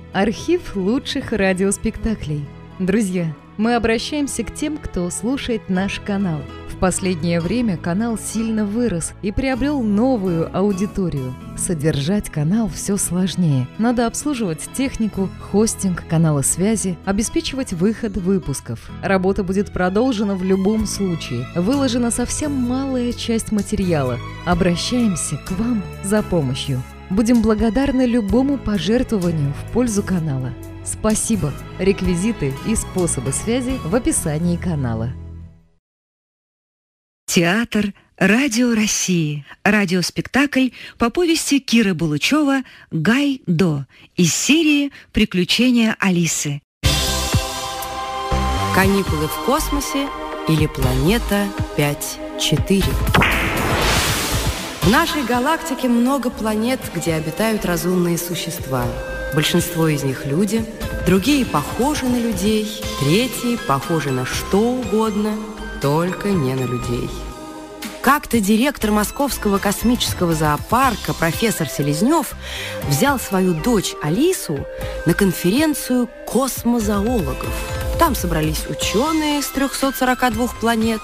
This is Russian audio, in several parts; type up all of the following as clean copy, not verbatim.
Архив лучших радиоспектаклей. Друзья, мы обращаемся к тем, кто слушает наш канал. В последнее время канал сильно вырос и приобрел новую аудиторию. Содержать канал все сложнее. Надо обслуживать технику, хостинг, каналы связи, обеспечивать выход выпусков. Работа будет продолжена в любом случае. Выложена совсем малая часть материала. Обращаемся к вам за помощью. Будем благодарны любому пожертвованию в пользу канала. Спасибо! Реквизиты и способы связи в описании канала. Театр Радио России. Радиоспектакль по повести Киры Булычева «Гай-До» из серии «Приключения Алисы». Каникулы в космосе или планета 5-4. В нашей галактике много планет, где обитают разумные существа. Большинство из них люди, другие похожи на людей, третьи похожи на что угодно, только не на людей. Как-то директор Московского космического зоопарка профессор Селезнев взял свою дочь Алису на конференцию космозоологов. Там собрались ученые с 342 планет.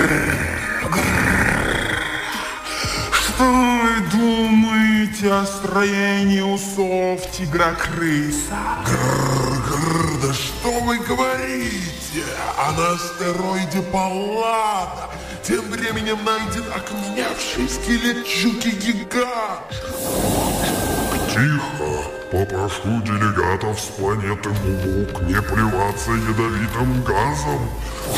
Что вы думаете о строении усов тигра-крыса? Да что вы говорите? А на астероиде Паллада тем временем найден окаменевший скелет щуки-гигант. Тихо! Попрошу делегатов с планеты Мулук не плеваться ядовитым газом.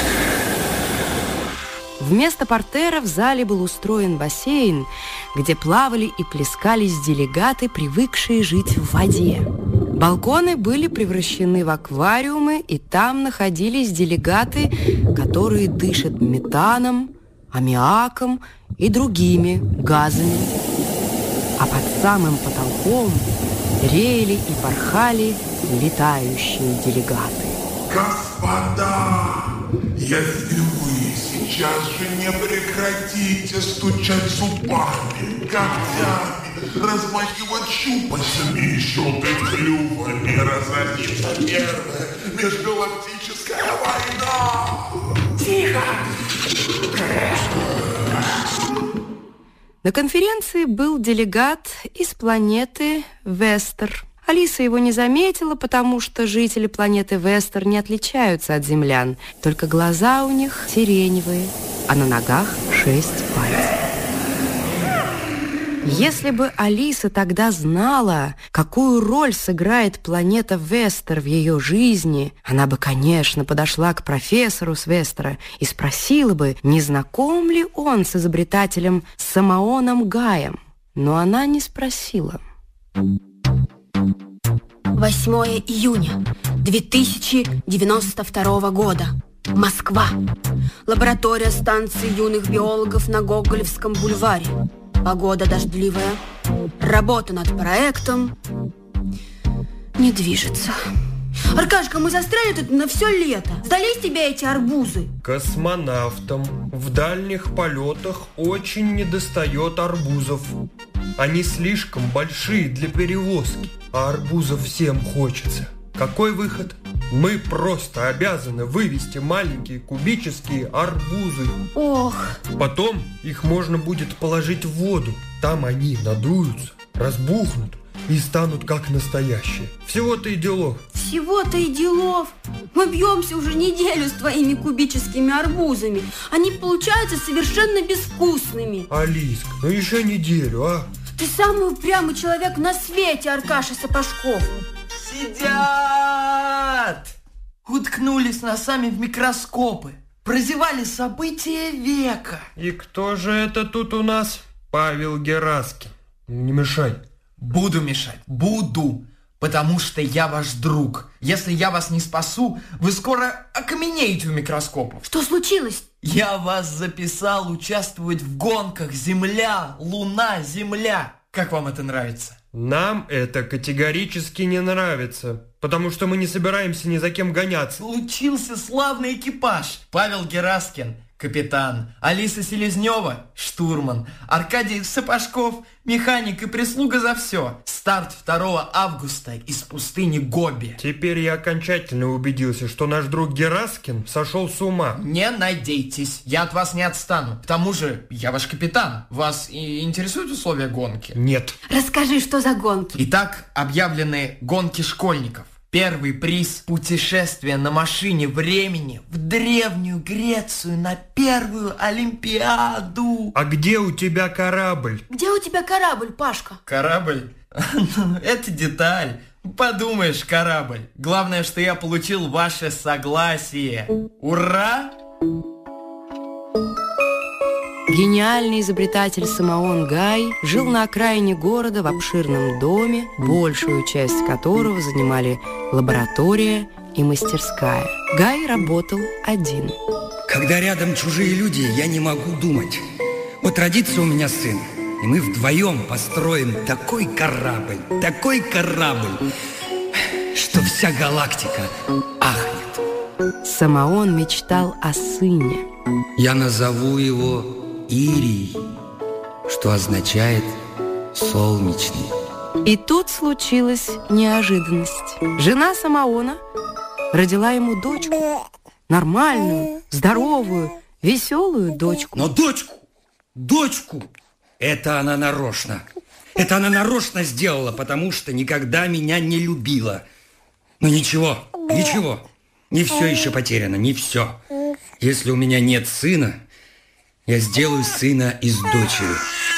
Вместо портера в зале был устроен бассейн, где плавали и плескались делегаты, привыкшие жить в воде. Балконы были превращены в аквариумы, и там находились делегаты, которые дышат метаном, аммиаком и другими газами. А под самым потолком реяли и порхали летающие делегаты. Господа, если вы сейчас же не прекратите стучать зубами, когтями, размахивать щупальцами и щелкать клювами, разразится первая межгалактическая война! Тихо! На конференции был делегат из планеты Вестер. Алиса его не заметила, потому что жители планеты Вестер не отличаются от землян. Только глаза у них сиреневые, а на ногах 6 пальцев. Если бы Алиса тогда знала, какую роль сыграет планета Вестер в ее жизни, она бы, конечно, подошла к профессору с Вестера и спросила бы, не знаком ли он с изобретателем Самооном Гаем. Но она не спросила. 8 июня 2092 года. Москва. Лаборатория станции юных биологов на Гоголевском бульваре. Погода дождливая. Работа над проектом не движется. Аркашка, мы застряли тут на все лето. Сдались тебе эти арбузы? Космонавтам в дальних полетах очень недостает арбузов. Они слишком большие для перевозки, а арбузов всем хочется. Какой выход? Мы просто обязаны вывести маленькие кубические арбузы. Ох. Потом их можно будет положить в воду. Там они надуются, разбухнут и станут как настоящие. Всего-то и делов. Всего-то и делов. Мы бьемся уже неделю с твоими кубическими арбузами. Они получаются совершенно безвкусными. Алиска, ну еще неделю, а? Ты самый упрямый человек на свете, Аркаша Сапожков. Сидят! Уткнулись носами в микроскопы. Прозевали события века. И кто же это тут у нас? Павел Гераскин. Не мешай. Буду мешать, буду. Потому что я ваш друг. Если я вас не спасу, вы скоро окаменеете у микроскопов. Что случилось? Я вас записал участвовать в гонках Земля, Луна, Земля. Как вам это нравится? Нам это категорически не нравится, потому что мы не собираемся ни за кем гоняться. Случился славный экипаж. Павел Гераскин, капитан, Алиса Селезнева – штурман, Аркадий Сапожков – механик и прислуга за все. Старт 2 августа из пустыни Гоби. Теперь я окончательно убедился, что наш друг Гераскин сошел с ума. Не надейтесь, я от вас не отстану. К тому же, я ваш капитан. Вас интересуют условия гонки? Нет. Расскажи, что за гонки? Итак, объявлены гонки школьников. Первый приз – путешествие на машине времени в Древнюю Грецию на первую Олимпиаду. А где у тебя корабль? Где у тебя корабль, Пашка? Корабль? Это деталь. Подумаешь, корабль. Главное, что я получил ваше согласие. Ура! Гениальный изобретатель Самоон Гай жил на окраине города в обширном доме, большую часть которого занимали лаборатория и мастерская. Гай работал один. Когда рядом чужие люди, я не могу думать. Вот родится у меня сын, и мы вдвоем построим такой корабль, что вся галактика ахнет. Самоон мечтал о сыне. Я назову его Ирий, что означает солнечный. И тут случилась неожиданность. Жена Самоона родила ему дочку. Нормальную, здоровую, веселую дочку. Но дочку, это она нарочно. Это она нарочно сделала, потому что никогда меня не любила. Но ничего, не все еще потеряно, не все. Если у меня нет сына, я сделаю сына из дочери.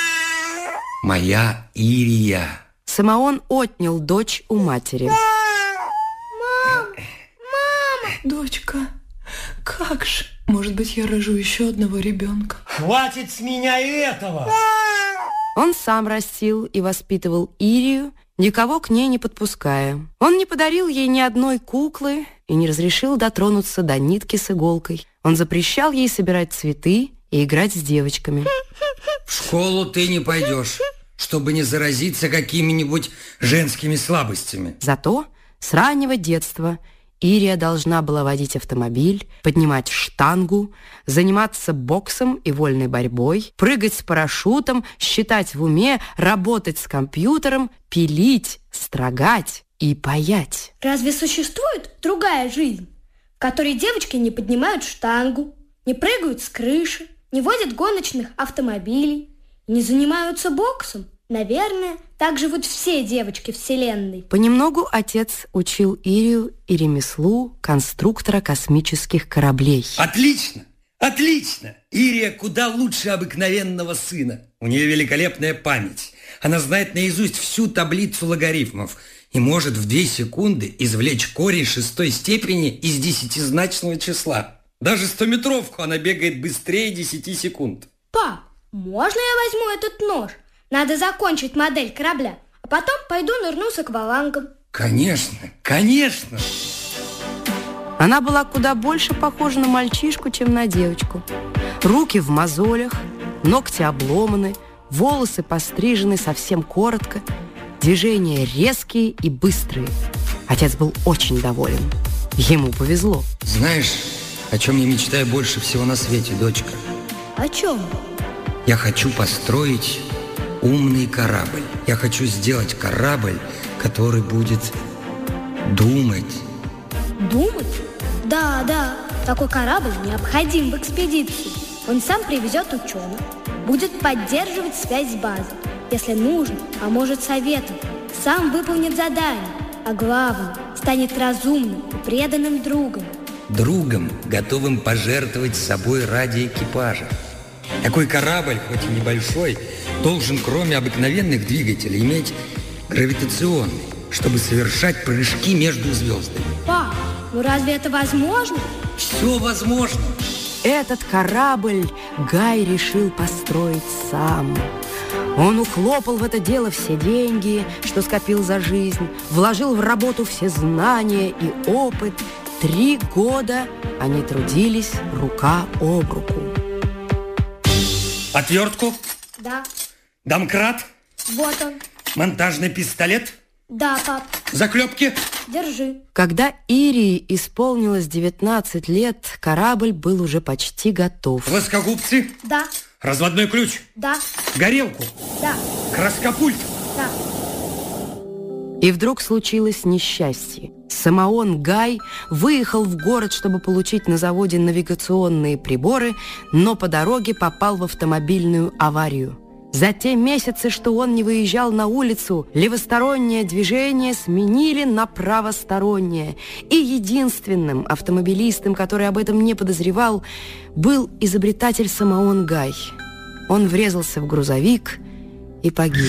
Моя Ирия. Самоон отнял дочь у матери. Мама! Дочка, как же? Может быть, я рожу еще одного ребенка? Хватит с меня этого! Он сам растил и воспитывал Ирию, никого к ней не подпуская. Он не подарил ей ни одной куклы и не разрешил дотронуться до нитки с иголкой. Он запрещал ей собирать цветы и играть с девочками. В школу ты не пойдешь, чтобы не заразиться какими-нибудь женскими слабостями. Зато с раннего детства Ирия должна была водить автомобиль, поднимать штангу, заниматься боксом и вольной борьбой, прыгать с парашютом, считать в уме, работать с компьютером, пилить, строгать и паять. Разве существует другая жизнь, в которой девочки не поднимают штангу, не прыгают с крыши, не водят гоночных автомобилей, не занимаются боксом? Наверное, так живут все девочки Вселенной. Понемногу отец учил Ирию и ремеслу конструктора космических кораблей. Отлично! Ирия куда лучше обыкновенного сына. У нее великолепная память. Она знает наизусть всю таблицу логарифмов и может в 2 секунды извлечь корень 6 степени из 10-значного числа. Даже 100-метровку она бегает быстрее 10 секунд. Пап, можно я возьму этот нож? Надо закончить модель корабля, а потом пойду нырну с аквалангом. Конечно. Она была куда больше похожа на мальчишку, чем на девочку. Руки в мозолях, ногти обломаны, волосы пострижены совсем коротко, движения резкие и быстрые. Отец был очень доволен. Ему повезло. Знаешь, о чем я мечтаю больше всего на свете, дочка? О чем? Я хочу построить умный корабль. Я хочу сделать корабль, который будет думать. Думать? Да, такой корабль необходим в экспедиции. Он сам привезет ученых, будет поддерживать связь с базой. Если нужно, поможет советом, сам выполнит задание, а главное, станет разумным и преданным другом. Другом, готовым пожертвовать собой ради экипажа. Такой корабль, хоть и небольшой, должен, кроме обыкновенных двигателей, иметь гравитационный, чтобы совершать прыжки между звездами. Пап, ну разве это возможно? Все возможно. Этот корабль Гай решил построить сам. Он ухлопал в это дело все деньги, что скопил за жизнь, вложил в работу все знания и опыт. 3 года они трудились рука об руку. Отвертку? Да. Домкрат? Вот он. Монтажный пистолет? Да, пап. Заклепки? Держи. Когда Ирии исполнилось 19 лет, корабль был уже почти готов. Плоскогубцы? Да. Разводной ключ? Да. Горелку? Да. Краскопульт? Да. И вдруг случилось несчастье. Самоон Гай выехал в город, чтобы получить на заводе навигационные приборы, но по дороге попал в автомобильную аварию. За те месяцы, что он не выезжал на улицу, левостороннее движение сменили на правостороннее. И единственным автомобилистом, который об этом не подозревал, был изобретатель Самоон Гай. Он врезался в грузовик и погиб.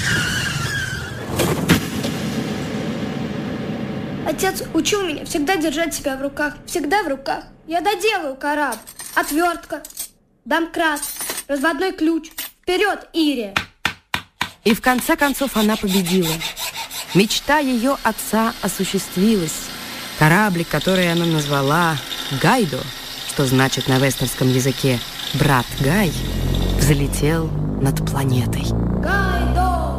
Отец учил меня всегда держать себя в руках. Всегда в руках. Я доделаю корабль. Отвертка, домкрат, разводной ключ. Вперед, Ирия! И в конце концов она победила. Мечта ее отца осуществилась. Кораблик, который она назвала Гайдо, что значит на вестерском языке «брат Гай», взлетел над планетой. Гайдо!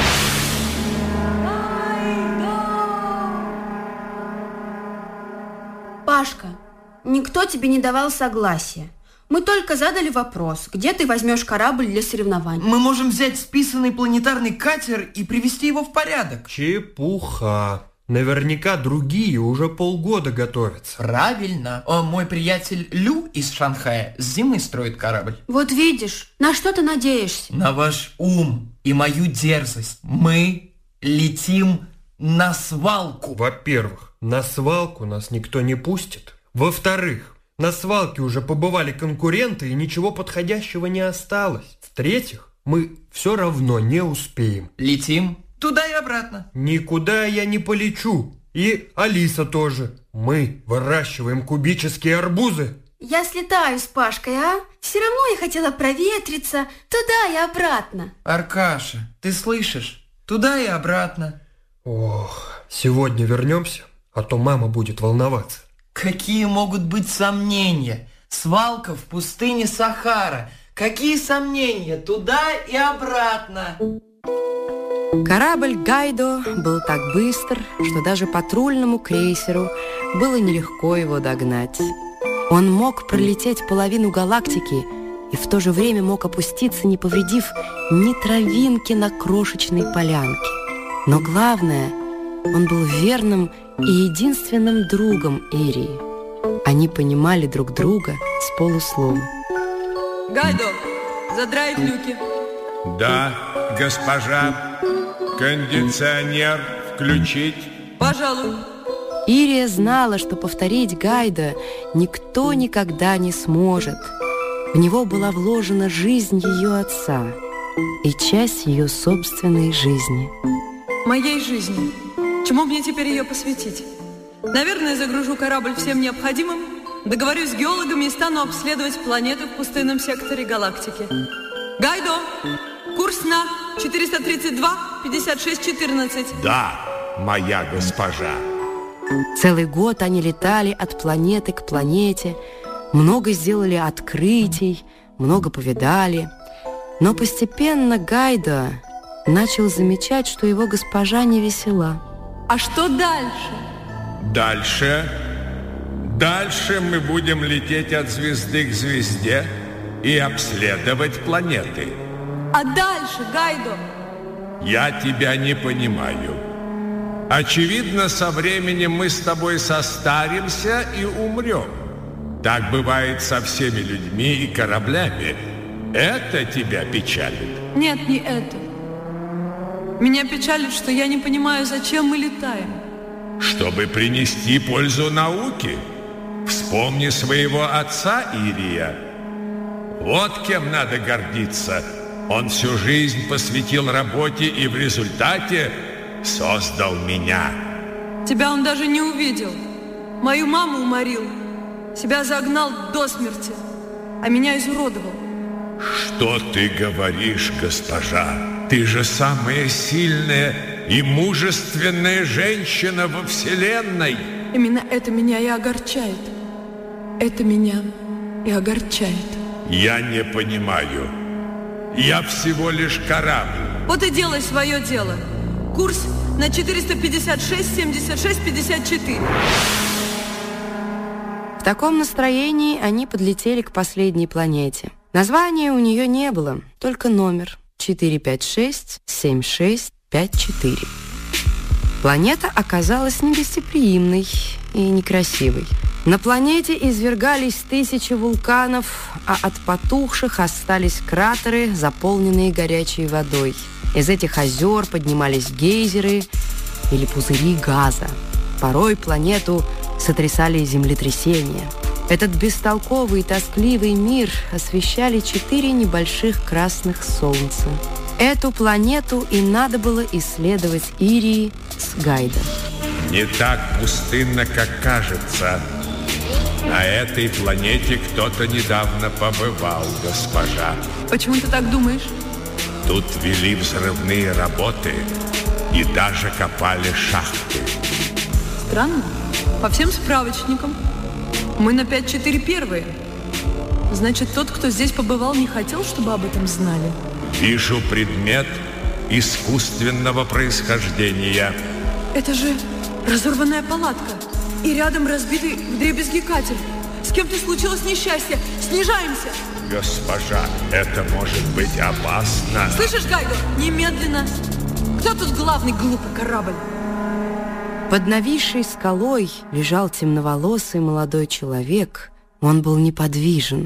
Пашка, никто тебе не давал согласия. Мы только задали вопрос, где ты возьмешь корабль для соревнований. Мы можем взять списанный планетарный катер и привести его в порядок. Чепуха. Наверняка другие уже полгода готовятся. Правильно. Мой приятель Лю из Шанхая с зимы строит корабль. Вот видишь, на что ты надеешься? На ваш ум и мою дерзость. Мы летим на свалку. Во-первых, на свалку нас никто не пустит. Во-вторых, на свалке уже побывали конкуренты, и ничего подходящего не осталось. В-третьих, мы все равно не успеем. Летим туда и обратно. Никуда я не полечу. И Алиса тоже. Мы выращиваем кубические арбузы. Я слетаю с Пашкой, а? Все равно я хотела проветриться туда и обратно. Аркаша, ты слышишь? Туда и обратно. Ох, сегодня вернемся, а то мама будет волноваться. Какие могут быть сомнения? Свалка в пустыне Сахара. Какие сомнения? Туда и обратно. Корабль Гайдо был так быстр, что даже патрульному крейсеру было нелегко его догнать. Он мог пролететь половину галактики и в то же время мог опуститься, не повредив ни травинки на крошечной полянке. Но главное, он был верным и единственным другом Ирии. Они понимали друг друга с полуслова. Гайдо, задраить люки. Да, госпожа. Кондиционер включить. Пожалуй. Ирия знала, что повторить Гайдо никто никогда не сможет. В него была вложена жизнь ее отца и часть ее собственной жизни. Моей жизни. Чему мне теперь ее посвятить? Наверное, загружу корабль всем необходимым, договорюсь с геологами и стану обследовать планеты в пустынном секторе галактики. Гайдо, курс на 432-56-14. Да, моя госпожа. Целый год они летали от планеты к планете, много сделали открытий, много повидали. Но постепенно Гайдо начал замечать, что его госпожа не весела. А что дальше? Дальше мы будем лететь от звезды к звезде и обследовать планеты. А дальше, Гайдо? Я тебя не понимаю. Очевидно, со временем мы с тобой состаримся и умрем. Так бывает со всеми людьми и кораблями. Это тебя печалит? Нет, не это. Меня печалит, что я не понимаю, зачем мы летаем. Чтобы принести пользу науке. Вспомни своего отца, Ирия. Вот кем надо гордиться. Он всю жизнь посвятил работе и в результате создал меня. Тебя он даже не увидел. Мою маму уморил. Себя загнал до смерти, а меня изуродовал. Что ты говоришь, госпожа? Ты же самая сильная и мужественная женщина во Вселенной. Именно это меня и огорчает. Это меня и огорчает. Я не понимаю. Я всего лишь корабль. Вот и делай свое дело. Курс на 456, 76, 54. В таком настроении они подлетели к последней планете. Названия у нее не было, только номер 456-7654. Планета оказалась негостеприимной и некрасивой. На планете извергались тысячи вулканов, а от потухших остались кратеры, заполненные горячей водой. Из этих озер поднимались гейзеры или пузыри газа. Порой планету сотрясали землетрясения. Этот бестолковый и тоскливый мир освещали 4 небольших красных солнца. Эту планету и надо было исследовать Ирии с Гайдо. Не так пустынно, как кажется. На этой планете кто-то недавно побывал, госпожа. Почему ты так думаешь? Тут вели взрывные работы и даже копали шахты. Странно. По всем справочникам мы на 5-4 первые. Значит, тот, кто здесь побывал, не хотел, чтобы об этом знали. Вижу предмет искусственного происхождения. Это же разорванная палатка и рядом разбитый вдребезги катер. С кем-то случилось несчастье. Снижаемся. Госпожа, это может быть опасно. Слышишь, Гайдо? Немедленно. Кто тут главный глупый корабль? Под нависшей скалой лежал темноволосый молодой человек. Он был неподвижен.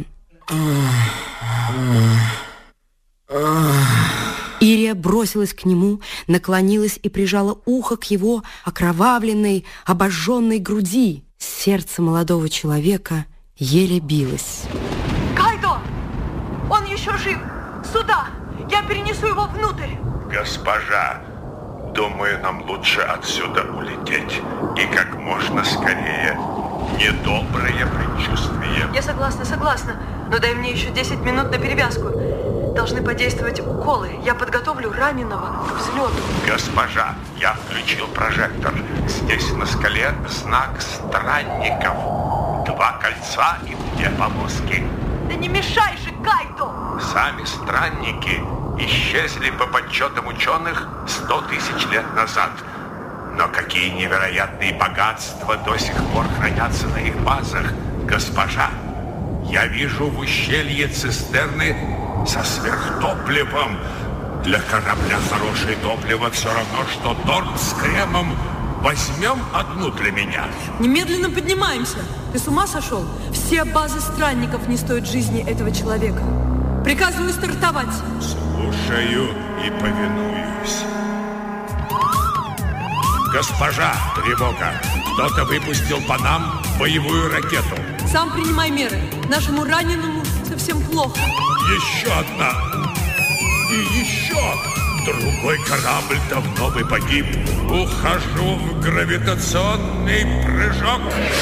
Ирия бросилась к нему, наклонилась и прижала ухо к его окровавленной, обожженной груди. Сердце молодого человека еле билось. Гайдо! Он еще жив! Сюда! Я перенесу его внутрь! Госпожа, думаю, нам лучше отсюда улететь. И как можно скорее. Недоброе предчувствие. Я согласна. Но дай мне еще 10 минут на перевязку. Должны подействовать уколы. Я подготовлю раненого к взлету. Госпожа, я включил прожектор. Здесь на скале знак странников. 2 кольца и 2 полоски. Да не мешай же, Гайдо! Сами странники исчезли по подсчетам ученых 100 тысяч лет назад. Но какие невероятные богатства до сих пор хранятся на их базах. Госпожа, я вижу в ущелье цистерны со сверхтопливом. Для корабля хорошее топливо все равно, что торт с кремом. Возьмем одну для меня. Немедленно поднимаемся. Ты с ума сошел? Все базы странников не стоят жизни этого человека. Приказываю стартовать. Слушаю и повинуюсь. Госпожа, тревога. Кто-то выпустил по нам боевую ракету. Сам принимай меры. Нашему раненому совсем плохо. Еще одна. И еще. Другой корабль давно бы погиб. Ухожу в гравитационный прыжок.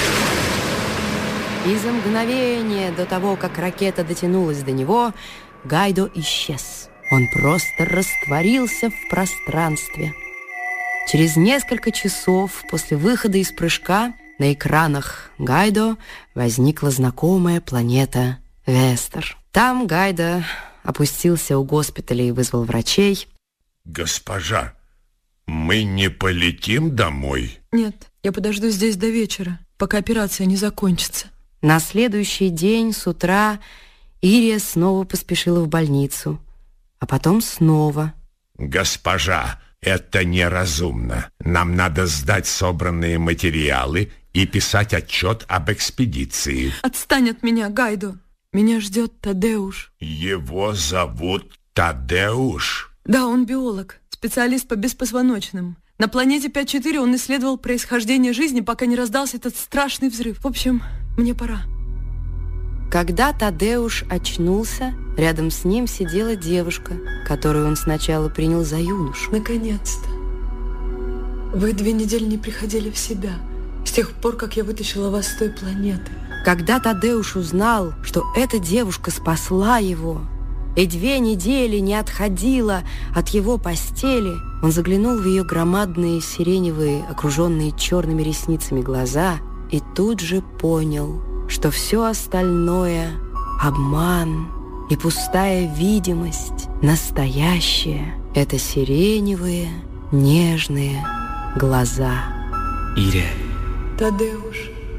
И за мгновение до того, как ракета дотянулась до него, Гайдо исчез. Он просто растворился в пространстве. Через несколько часов после выхода из прыжка на экранах Гайдо возникла знакомая планета Вестер. Там Гайдо опустился у госпиталя и вызвал врачей. Госпожа, мы не полетим домой? Нет, я подожду здесь до вечера, пока операция не закончится. На следующий день с утра Ирия снова поспешила в больницу, а потом снова. Госпожа, это неразумно. Нам надо сдать собранные материалы и писать отчет об экспедиции. Отстань от меня, Гайдо. Меня ждет Тадеуш. Его зовут Тадеуш? Да, он биолог, специалист по беспозвоночным. На планете 5-4 он исследовал происхождение жизни, пока не раздался этот страшный взрыв. В общем, мне пора. Когда Тадеуш очнулся, рядом с ним сидела девушка, которую он сначала принял за юношу. Наконец-то. Вы 2 недели не приходили в себя, с тех пор, как я вытащила вас с той планеты. Когда Тадеуш узнал, что эта девушка спасла его и 2 недели не отходила от его постели, он заглянул в ее громадные сиреневые, окруженные черными ресницами глаза и тут же понял, что все остальное — обман и пустая видимость. Настоящее — это сиреневые, нежные глаза. Ирия. Тадеуш.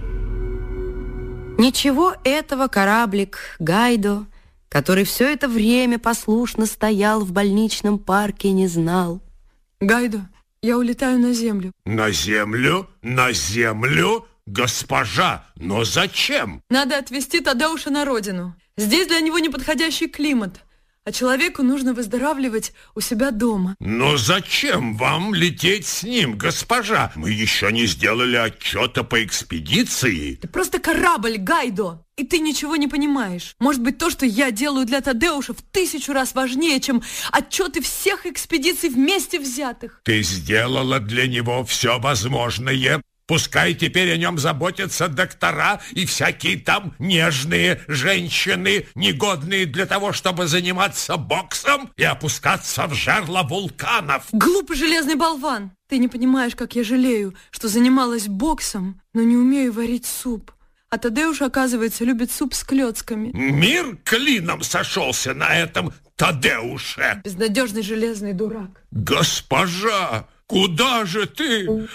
Ничего этого кораблик Гайдо, который все это время послушно стоял в больничном парке, не знал. Гайдо, я улетаю на Землю. На Землю? На Землю? Госпожа, но зачем? Надо отвезти Тадеуша на родину. Здесь для него неподходящий климат, а человеку нужно выздоравливать у себя дома. Но зачем вам лететь с ним, госпожа? Мы еще не сделали отчета по экспедиции. Ты просто корабль, Гайдо, и ты ничего не понимаешь. Может быть, то, что я делаю для Тадеуша, в 1000 раз важнее, чем отчеты всех экспедиций вместе взятых. Ты сделала для него все возможное. Пускай теперь о нем заботятся доктора и всякие там нежные женщины, негодные для того, чтобы заниматься боксом и опускаться в жерло вулканов. Глупый железный болван! Ты не понимаешь, как я жалею, что занималась боксом, но не умею варить суп. А Тадеуш, оказывается, любит суп с клёцками. Мир клином сошелся на этом Тадеуше. Безнадежный железный дурак. Госпожа, куда же ты?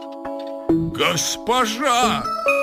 Госпожа!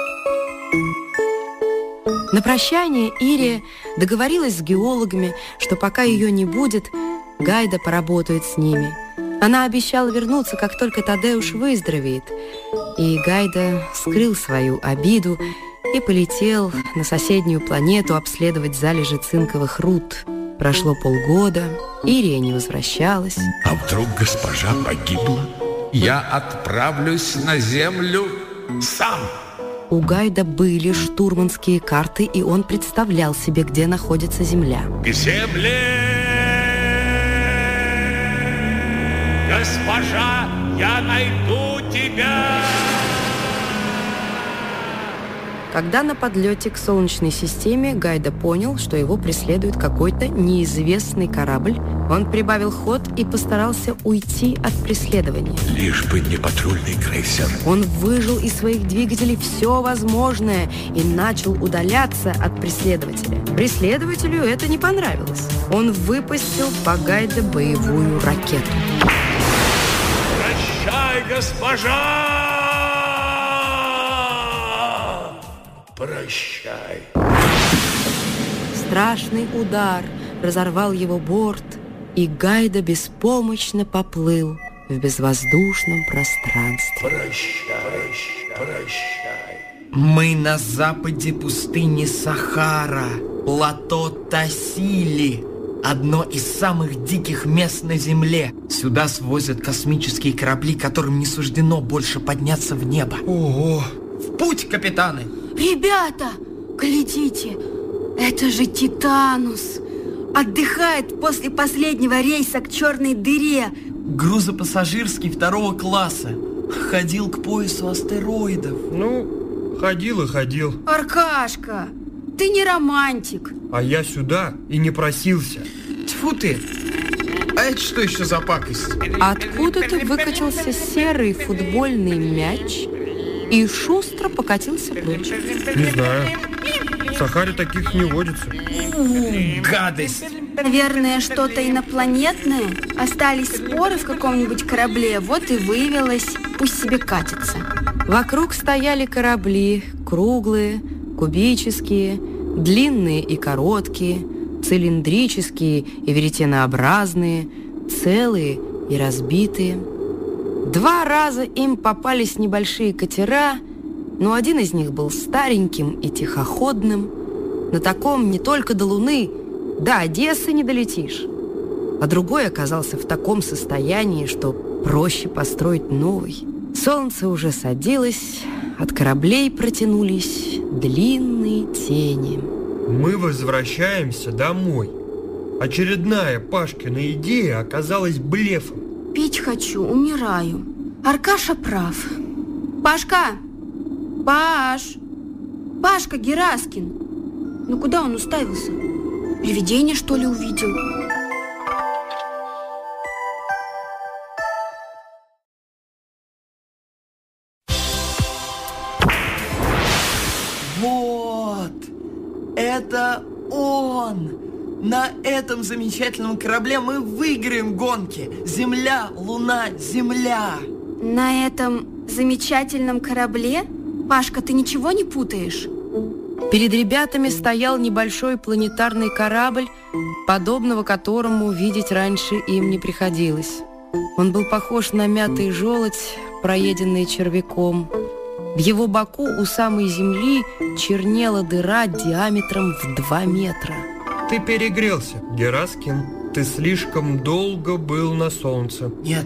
На прощание Ирия договорилась с геологами, что пока ее не будет, Гайдо поработает с ними. Она обещала вернуться, как только Тадеуш выздоровеет. И Гайдо скрыл свою обиду и полетел на соседнюю планету обследовать залежи цинковых руд. Прошло полгода, Ирия не возвращалась. А вдруг госпожа погибла? Я отправлюсь на Землю сам. У Гайдо были штурманские карты, и он представлял себе, где находится Земля. К Земле! Госпожа, я найду тебя! Когда на подлете к Солнечной системе Гайдо понял, что его преследует какой-то неизвестный корабль, он прибавил ход и постарался уйти от преследования. Лишь бы не патрульный крейсер. Он выжил из своих двигателей все возможное и начал удаляться от преследователя. Преследователю это не понравилось. Он выпустил по Гайдо боевую ракету. Прощай, госпожа! Прощай. Страшный удар разорвал его борт, и Гайдо беспомощно поплыл в безвоздушном пространстве. Прощай, прощай. Мы на западе пустыни Сахара, плато Тассили, одно из самых диких мест на Земле. Сюда свозят космические корабли, которым не суждено больше подняться в небо. Ого! В путь, капитаны! Ребята, глядите, это же Титанус. Отдыхает после последнего рейса к черной дыре. Грузопассажирский 2 класса. Ходил к поясу астероидов. Ну, ходил и ходил. Аркашка, ты не романтик. А я сюда и не просился. Тьфу ты! А это что еще за пакость? Откуда-то выкатился серый футбольный мяч и шустро покатился прочь. Не знаю. В Сахаре таких не водится. Гадость! Наверное, что-то инопланетное. Остались споры в каком-нибудь корабле, вот и выявилось. Пусть себе катится. Вокруг стояли корабли, круглые, кубические, длинные и короткие, цилиндрические и веретенообразные, целые и разбитые. 2 раза им попались небольшие катера, но один из них был стареньким и тихоходным. На таком не только до Луны, до Одессы не долетишь. А другой оказался в таком состоянии, что проще построить новый. Солнце уже садилось, от кораблей протянулись длинные тени. Мы возвращаемся домой. Очередная Пашкина идея оказалась блефом. Пить хочу, умираю. Аркаша прав. Пашка! Паш! Пашка Гераскин! Ну куда он уставился? Привидение, что ли, увидел? Вот! Это он! На этом замечательном корабле мы выиграем гонки. Земля, Луна, Земля. На этом замечательном корабле? Пашка, ты ничего не путаешь? Перед ребятами стоял небольшой планетарный корабль, подобного которому видеть раньше им не приходилось. Он был похож на мятый желудь, проеденный червяком. В его боку у самой земли чернела дыра диаметром в 2 метра. Ты перегрелся, Гераскин. Ты слишком долго был на солнце. Нет.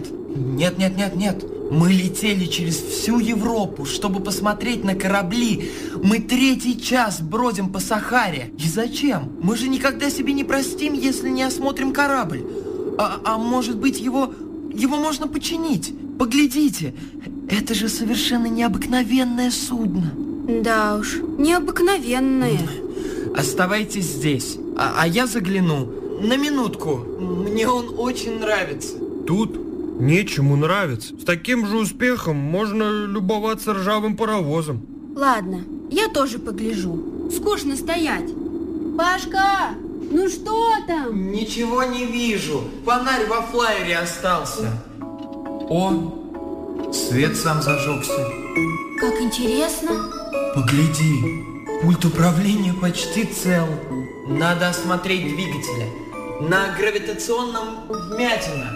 Мы летели через всю Европу, чтобы посмотреть на корабли. Мы 3-й час бродим по Сахаре. И зачем? Мы же никогда себе не простим, если не осмотрим корабль. А может быть, его можно починить? Поглядите, это же совершенно необыкновенное судно. Да уж, необыкновенное. Оставайтесь здесь, а я загляну. На минутку. Мне он очень нравится. Тут нечему нравится. С таким же успехом можно любоваться ржавым паровозом. Ладно, я тоже погляжу. Скучно стоять. Пашка, ну что там? Ничего не вижу. Фонарь во флайере остался. О, свет сам зажегся. Как интересно. Погляди, пульт управления почти цел. Надо осмотреть двигателя. На гравитационном вмятина.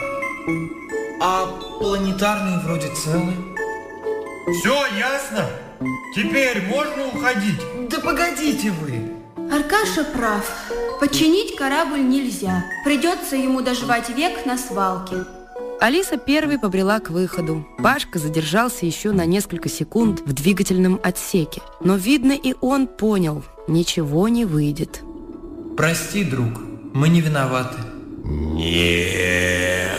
А планетарные вроде целые. Все ясно? Теперь можно уходить? Да погодите вы. Аркаша прав. Починить корабль нельзя. Придется ему доживать век на свалке. Алиса первой побрела к выходу. Пашка задержался еще на несколько секунд в двигательном отсеке. Но, видно, и он понял, ничего не выйдет. Прости, друг, мы не виноваты. Не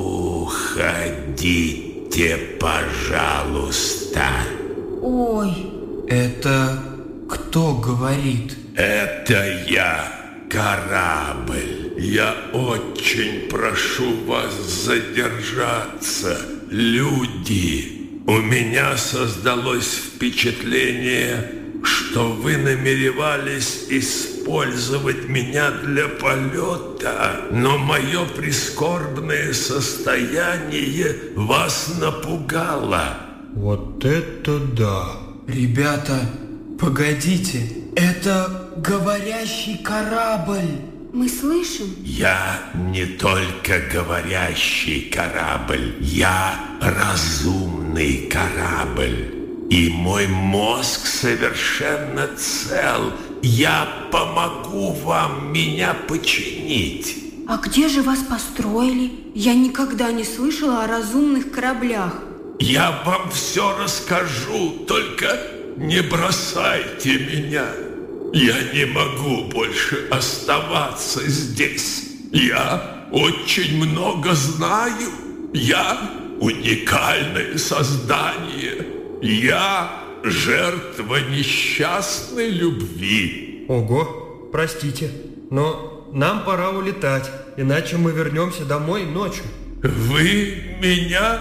уходите, пожалуйста. Ой. Это кто говорит? Это я, корабль. Я очень прошу вас задержаться, люди. У меня создалось впечатление, что вы намеревались использовать меня для полета, но мое прискорбное состояние вас напугало. Вот это да! Ребята, погодите, это говорящий корабль. Мы слышим? Я не только говорящий корабль, я разумный корабль. И мой мозг совершенно цел. Я помогу вам меня починить. А где же вас построили? Я никогда не слышала о разумных кораблях. Я вам все расскажу, только не бросайте меня. Я не могу больше оставаться здесь. Я очень много знаю. Я уникальное создание. Я жертва несчастной любви. Ого, простите, но нам пора улетать, иначе мы вернемся домой ночью. Вы меня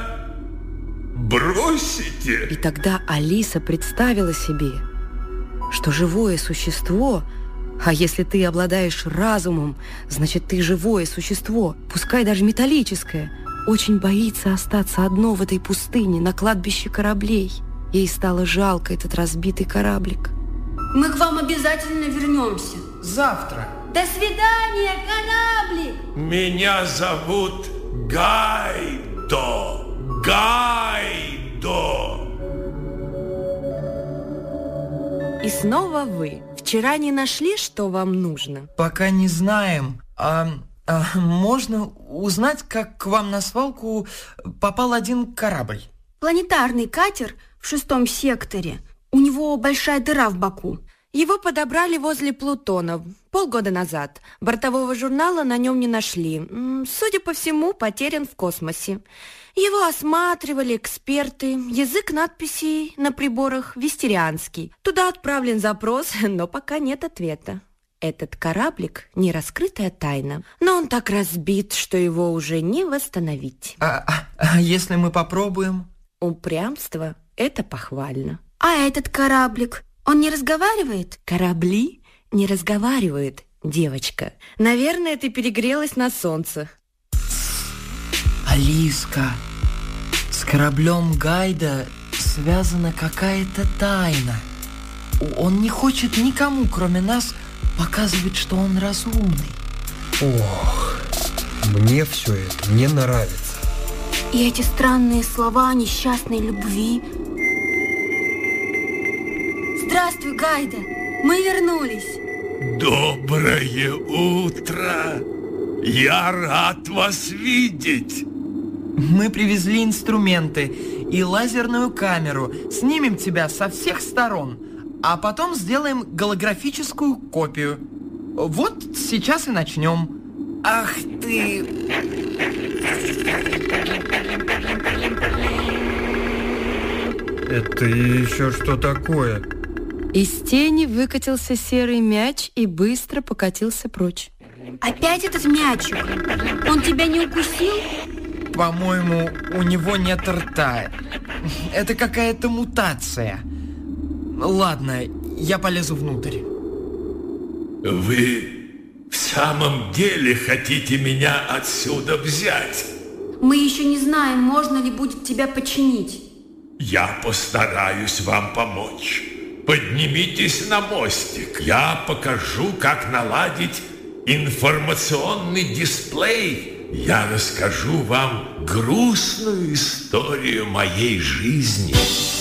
бросите? И тогда Алиса представила себе, что живое существо, а если ты обладаешь разумом, значит ты живое существо, пускай даже металлическое, очень боится остаться одно в этой пустыне на кладбище кораблей. Ей стало жалко этот разбитый кораблик. Мы к вам обязательно вернемся. Завтра. До свидания, кораблик! Меня зовут Гайдо. Гайдо. И снова вы. Вчера не нашли, что вам нужно? Пока не знаем. Можно узнать, как к вам на свалку попал один корабль? Планетарный катер в 6-м секторе. У него большая дыра в боку. Его подобрали возле Плутона полгода назад. Бортового журнала на нем не нашли. Судя по всему, потерян в космосе. Его осматривали эксперты. Язык надписей на приборах вестерианский. Туда отправлен запрос, но пока нет ответа. Этот кораблик – не раскрытая тайна, но он так разбит, что его уже не восстановить. А если мы попробуем? Упрямство – это похвально. А этот кораблик, он не разговаривает? Корабли не разговаривают, девочка. Наверное, ты перегрелась на солнце. Алиска, с кораблем Гайда связана какая-то тайна. Он не хочет никому, кроме нас, показывать, что он разумный. Ох, мне все это не нравится. И эти странные слова о несчастной любви. Здравствуй, Гайда, мы вернулись. Доброе утро! Я рад вас видеть! Мы привезли инструменты и лазерную камеру. Снимем тебя со всех сторон, а потом сделаем голографическую копию. Вот сейчас и начнем. Ах ты... Это еще что такое? Из тени выкатился серый мяч и быстро покатился прочь. Опять этот мячик? Он тебя не укусил? По-моему, у него нет рта. Это какая-то мутация. Ладно, я полезу внутрь. Вы в самом деле хотите меня отсюда взять? Мы еще не знаем, можно ли будет тебя починить. Я постараюсь вам помочь. Поднимитесь на мостик. Я покажу, как наладить информационный дисплей. Я расскажу вам грустную историю моей жизни.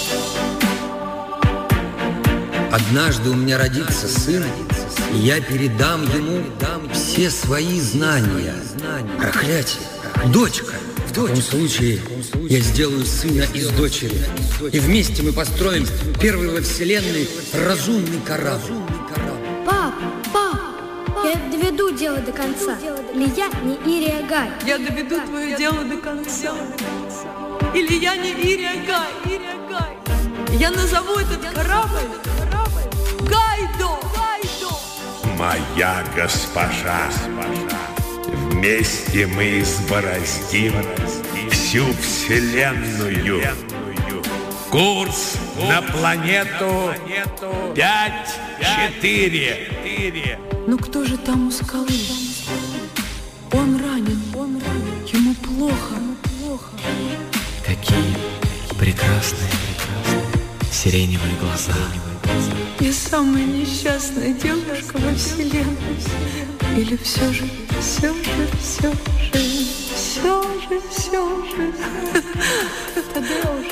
Однажды у меня родится сын, и я передам ему все свои знания. Проклятие! Дочка! В таком случае я сделаю сына из дочери. И вместе мы построим первый во вселенной разумный корабль. Пап, я доведу дело до конца. Или я не Ирия Гай. Я доведу твое дело до конца. Или я не Ирия Гай. Я назову этот корабль Гайдо. Моя госпожа, вместе мы избороздим всю вселенную. Курс на планету 5-4. Но кто же там у скалы? Он ранен. Ему плохо. Какие прекрасные сиреневые глаза. Я самая несчастная девушка во вселенной. Или все же. Тадеуш.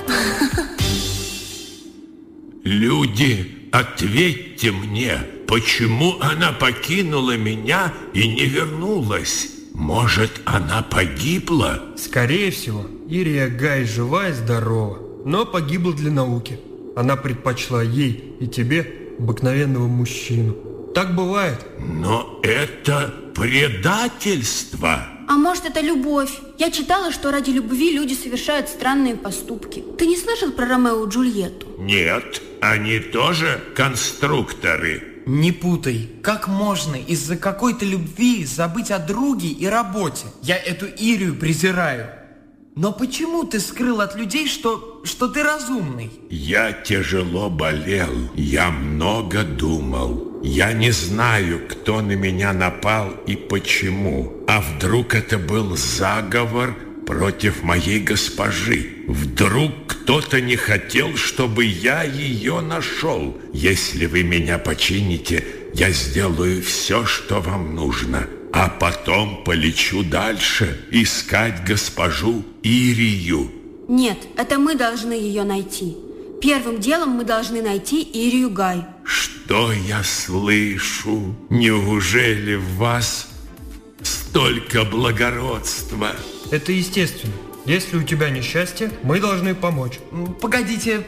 Люди, ответьте мне, почему она покинула меня и не вернулась? Может, она погибла? Скорее всего, Ирия Гай жива и здорова, но погибла для науки. Она предпочла ей и тебе обыкновенного мужчину. Так бывает. Но это предательство. А может, это любовь? Я читала, что ради любви люди совершают странные поступки. Ты не слышал про Ромео и Джульетту? Нет, они тоже конструкторы. Не путай. Как можно из-за какой-то любви забыть о друге и работе? Я эту Ирию презираю. Но почему ты скрыл от людей, что ты разумный? Я тяжело болел, я много думал. Я не знаю, кто на меня напал и почему. А вдруг это был заговор против моей госпожи? Вдруг кто-то не хотел, чтобы я ее нашел? Если вы меня почините, я сделаю все, что вам нужно. А потом полечу дальше искать госпожу Ирию. Нет, это мы должны ее найти. Первым делом мы должны найти Ирию Гай. Что я слышу? Неужели в вас столько благородства? Это естественно. Если у тебя несчастье, мы должны помочь. Погодите.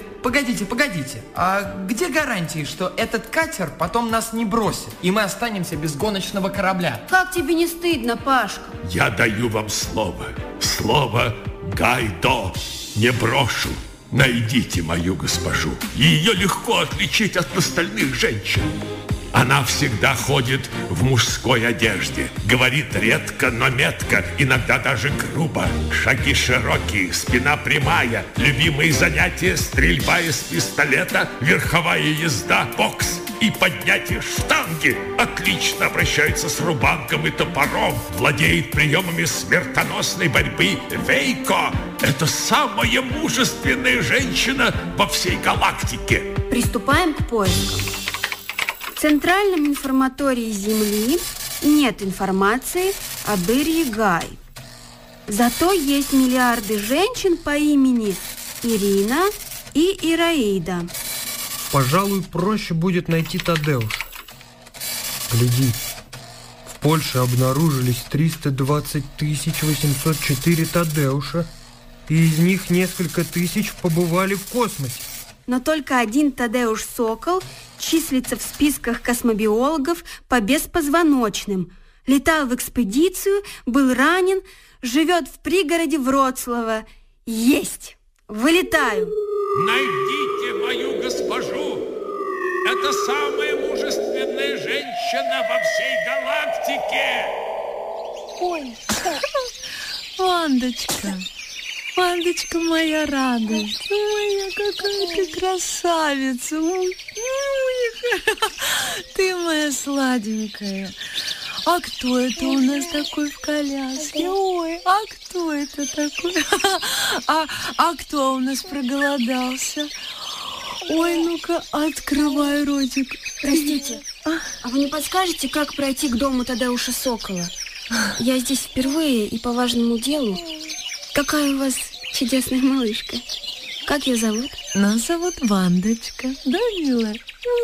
А где гарантии, что этот катер потом нас не бросит, и мы останемся без гоночного корабля? Как тебе не стыдно, Пашка? Я даю вам слово. Слово Гайдо. Не брошу. Найдите мою госпожу. Ее легко отличить от остальных женщин. Она всегда ходит в мужской одежде. Говорит редко, но метко, иногда даже грубо. Шаги широкие, спина прямая. Любимые занятия — стрельба из пистолета, верховая езда, бокс. и поднятие штанги. Отлично обращается с рубанком и топором. Владеет приемами смертоносной борьбы. Вейко – это самая мужественная женщина во всей галактике. Приступаем к поискам. В центральном информатории Земли нет информации об Ирии Гай. Зато есть миллиарды женщин по имени Ирина и Ираида. Пожалуй, проще будет найти Тадеуша. Гляди, в Польше обнаружились 320 804 Тадеуша, и из них несколько тысяч побывали в космосе. Но только один Тадеуш Сокол числится в списках космобиологов по беспозвоночным. Летал в экспедицию, был ранен, живет в пригороде Вроцлава. Есть! Вылетаю! Найдите мою госпожу! Это самая мужественная женщина во всей галактике! Ой, Вандочка! Вандочка моя радость, моя какая ты красавица, ты моя сладенькая. А кто это у нас такой в коляске? Ой, а кто это такой? А кто у нас проголодался? Ой, ну-ка, открывай ротик. Простите, а вы не подскажете, как пройти к дому Тадеуша Сокола? Я здесь впервые и по важному делу. Какая у вас чудесная малышка. Как ее зовут? Нас зовут Вандочка. Да, милая?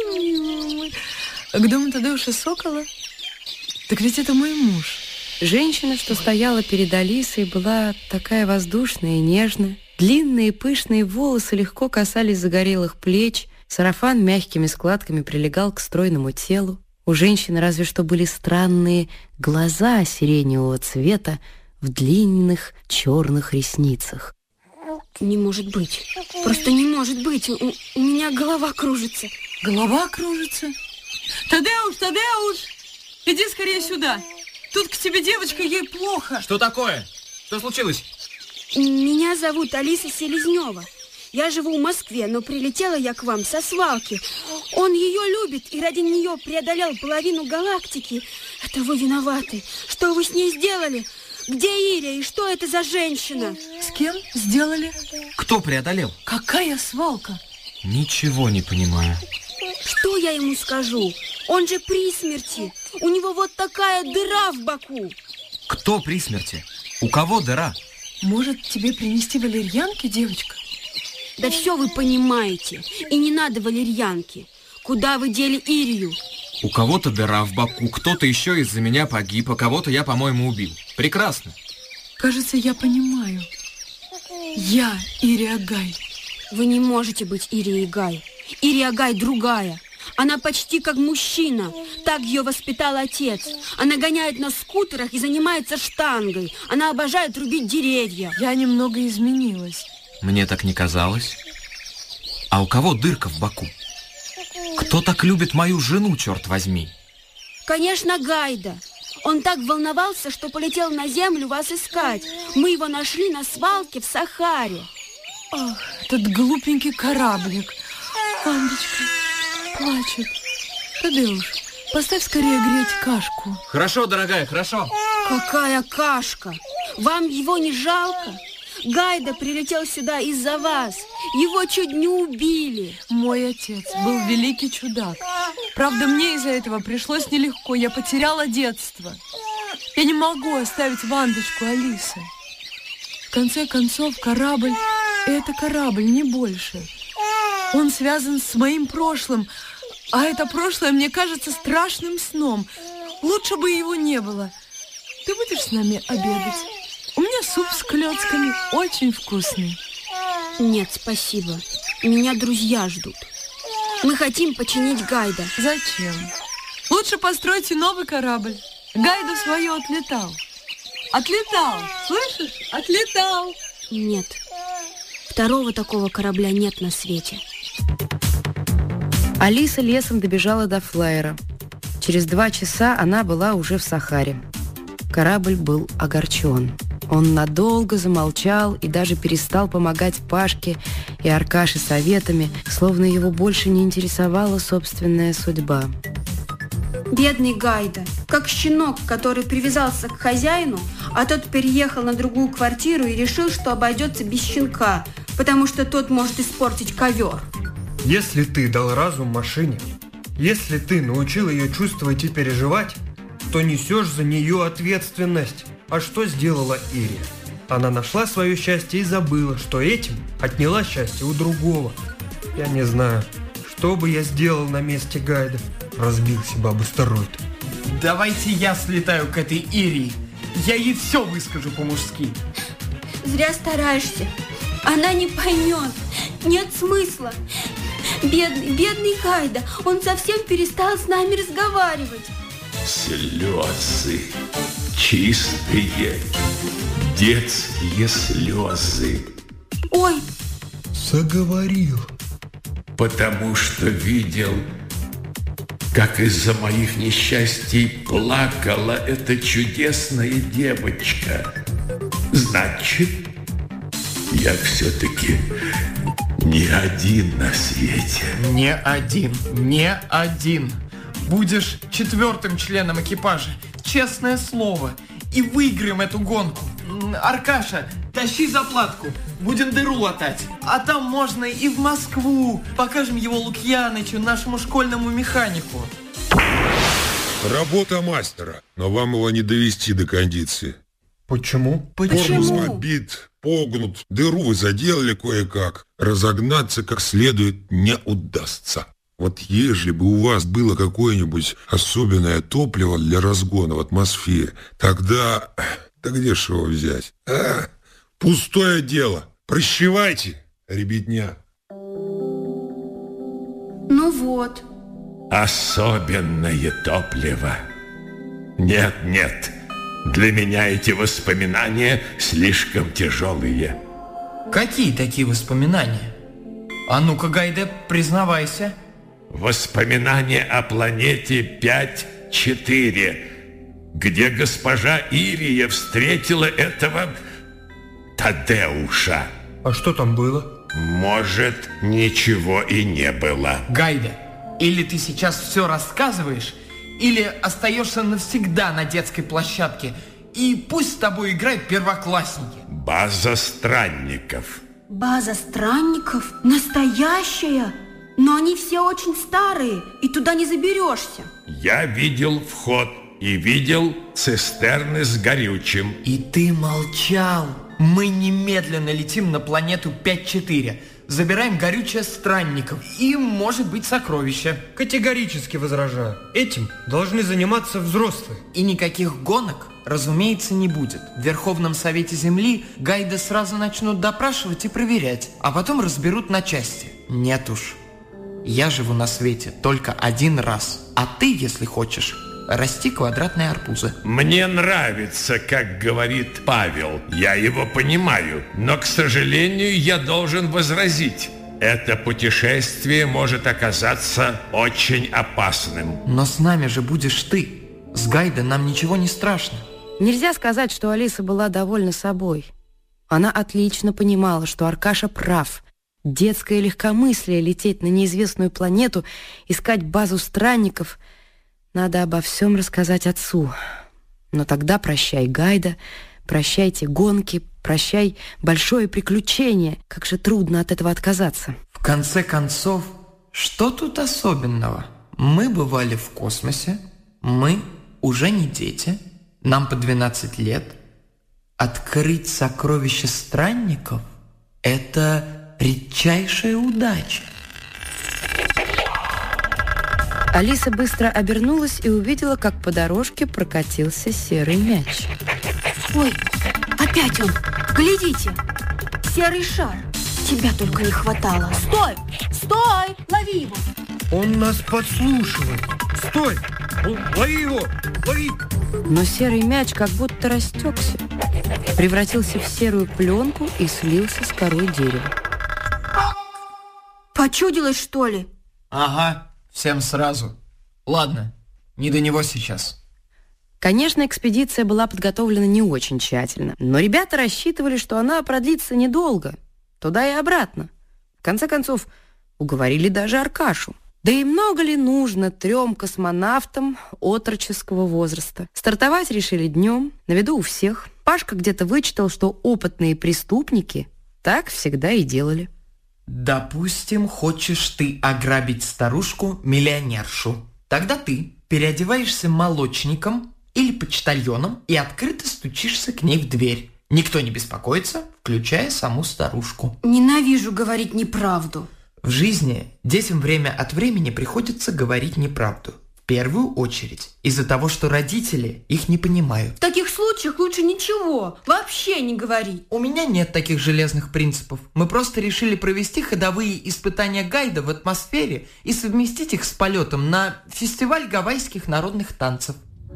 К дому Тадеуша Сокола? Так ведь это мой муж. Женщина, что стояла перед Алисой, была такая воздушная и нежная. Длинные пышные волосы легко касались загорелых плеч, сарафан мягкими складками прилегал к стройному телу. У женщины разве что были странные глаза сиреневого цвета в длинных черных ресницах. Не может быть. Просто не может быть. У меня голова кружится. Голова кружится? Тадеуш, Тадеуш! Иди скорее сюда. Тут к тебе девочка, ей плохо. Что такое? Что случилось? Меня зовут Алиса Селезнева. Я живу в Москве, но прилетела я к вам со свалки. Он ее любит и ради нее преодолел половину галактики. Это вы виноваты. Что вы с ней сделали? Где Ирия и что это за женщина? С кем сделали? Кто преодолел? Какая свалка? Ничего не понимаю. Что я ему скажу? Он же при смерти. У него вот такая дыра в боку. Кто при смерти? У кого дыра? Может, тебе принести валерьянки, девочка? Да все вы понимаете. И не надо валерьянки. Куда вы дели Ирию? У кого-то дыра в боку, кто-то еще из-за меня погиб, а кого-то я, по-моему, убил. Прекрасно. Кажется, я понимаю. Я Ирия Гай. Вы не можете быть Ирией Гай. Ирия Гай другая. Она почти как мужчина. Так ее воспитал отец. Она гоняет на скутерах и занимается штангой. Она обожает рубить деревья. Я немного изменилась. Мне так не казалось. А у кого дырка в боку? Кто так любит мою жену, черт возьми? Конечно, Гайда. Он так волновался, что полетел на землю вас искать. Мы его нашли на свалке в Сахаре. Ах, этот глупенький кораблик. Вандочка плачет. Тадеуш, поставь скорее греть кашку. Хорошо, дорогая, хорошо. Какая кашка? Вам его не жалко? Гайда прилетел сюда из-за вас. Его чуть не убили. Мой отец был великий чудак. Правда, мне из-за этого пришлось нелегко. Я потеряла детство. Я не могу оставить Вандочку, Алисы. В конце концов, корабль – это корабль, не больше. Он связан с моим прошлым, а это прошлое мне кажется страшным сном. Лучше бы его не было. Ты будешь с нами обедать? У меня суп с клёцками, очень вкусный. Нет, спасибо. Меня друзья ждут. Мы хотим починить Гайда. Зачем? Лучше постройте новый корабль. Гайда свое отлетал. Отлетал, слышишь? Отлетал. Нет. Второго такого корабля нет на свете. Алиса лесом добежала до флайера. Через 2 часа она была уже в Сахаре. Корабль был огорчен. Он надолго замолчал и даже перестал помогать Пашке и Аркаше советами, словно его больше не интересовала собственная судьба. Бедный Гайда, как щенок, который привязался к хозяину, а тот переехал на другую квартиру и решил, что обойдется без щенка, потому что тот может испортить ковер. Если ты дал разум машине, если ты научил ее чувствовать и переживать, то несешь за нее ответственность. А что сделала Ирия? Она нашла свое счастье и забыла, что этим отняла счастье у другого. Я не знаю, что бы я сделал на месте Гайда. Разбился бы об астероид. Давайте я слетаю к этой Ирии. Я ей все выскажу по-мужски. Зря стараешься. Она не поймет. Нет смысла. Бедный Гайда. Он совсем перестал с нами разговаривать. Слезы. Чистые детские слезы. Ой. Заговорил. Потому что видел, как из-за моих несчастий плакала эта чудесная девочка. Значит, я все-таки не один на свете. Не один. Будешь 4-м членом экипажа. Честное слово. И выиграем эту гонку. Аркаша, тащи заплатку. Будем дыру латать. А там можно и в Москву. Покажем его Лукьянычу, нашему школьному механику. Работа мастера. Но вам его не довести до кондиции. Почему? Корпус побит, погнут. Дыру вы заделали кое-как. Разогнаться как следует не удастся. Вот ежели бы у вас было какое-нибудь особенное топливо для разгона в атмосфере, тогда... Да где ж его взять? Пустое дело. Прощевайте, ребятня. Ну вот. Особенное топливо. Нет. Для меня эти воспоминания слишком тяжелые. Какие такие воспоминания? А ну-ка, Гайде, признавайся. Воспоминания о планете 5-4, где госпожа Ирия встретила этого Тадеуша. А что там было? Может, ничего и не было. Гайде, или ты сейчас все рассказываешь, или остаешься навсегда на детской площадке, и пусть с тобой играют первоклассники. База странников. База странников? Настоящая? Но они все очень старые, и туда не заберешься. Я видел вход и видел цистерны с горючим. И ты молчал. Мы немедленно летим на планету 5-4. Забираем горючее странников и, может быть, сокровища. Категорически возражаю. Этим должны заниматься взрослые. И никаких гонок, разумеется, не будет. В Верховном Совете Земли Гайда сразу начнут допрашивать и проверять, а потом разберут на части. Нет уж. Я живу на свете только один раз. А ты, если хочешь, расти квадратные арбузы. Мне нравится, как говорит Павел. Я его понимаю. Но, к сожалению, я должен возразить. Это путешествие может оказаться очень опасным. Но с нами же будешь ты. С Гайдой нам ничего не страшно. Нельзя сказать, что Алиса была довольна собой. Она отлично понимала, что Аркаша прав. Детское легкомыслие лететь на неизвестную планету, искать базу странников. Надо обо всем рассказать отцу. Но тогда прощай Гайда, прощайте гонки, прощай большое приключение. Как же трудно от этого отказаться. В конце концов, что тут особенного? Мы бывали в космосе, мы уже не дети, нам по 12 лет. Открыть сокровища странников – это редчайшая удача. Алиса быстро обернулась и увидела, как по дорожке прокатился серый мяч. Ой, опять он! Глядите! Серый шар! Тебя только не хватало! Стой! Стой! Лови его! Он нас подслушивает! Стой! Лови его! Лови! Но серый мяч как будто растекся, превратился в серую пленку и слился с корой дерева. Почудилось, что ли? Ага, всем сразу. Ладно, не до него сейчас. Конечно, экспедиция была подготовлена не очень тщательно, но ребята рассчитывали, что она продлится недолго, туда и обратно. В конце концов, уговорили даже Аркашу. Да и много ли нужно 3 космонавтам отроческого возраста? Стартовать решили днем, на виду у всех. Пашка где-то вычитал, что опытные преступники так всегда и делали. Допустим, хочешь ты ограбить старушку-миллионершу. Тогда ты переодеваешься молочником или почтальоном и открыто стучишься к ней в дверь. Никто не беспокоится, включая саму старушку. Ненавижу говорить неправду. В жизни детям время от времени приходится говорить неправду. В первую очередь из-за того, что родители их не понимают. В таких случаях лучше ничего, вообще не говорить. У меня нет таких железных принципов. Мы просто решили провести ходовые испытания гайда в атмосфере и совместить их с полетом на фестиваль гавайских народных танцев.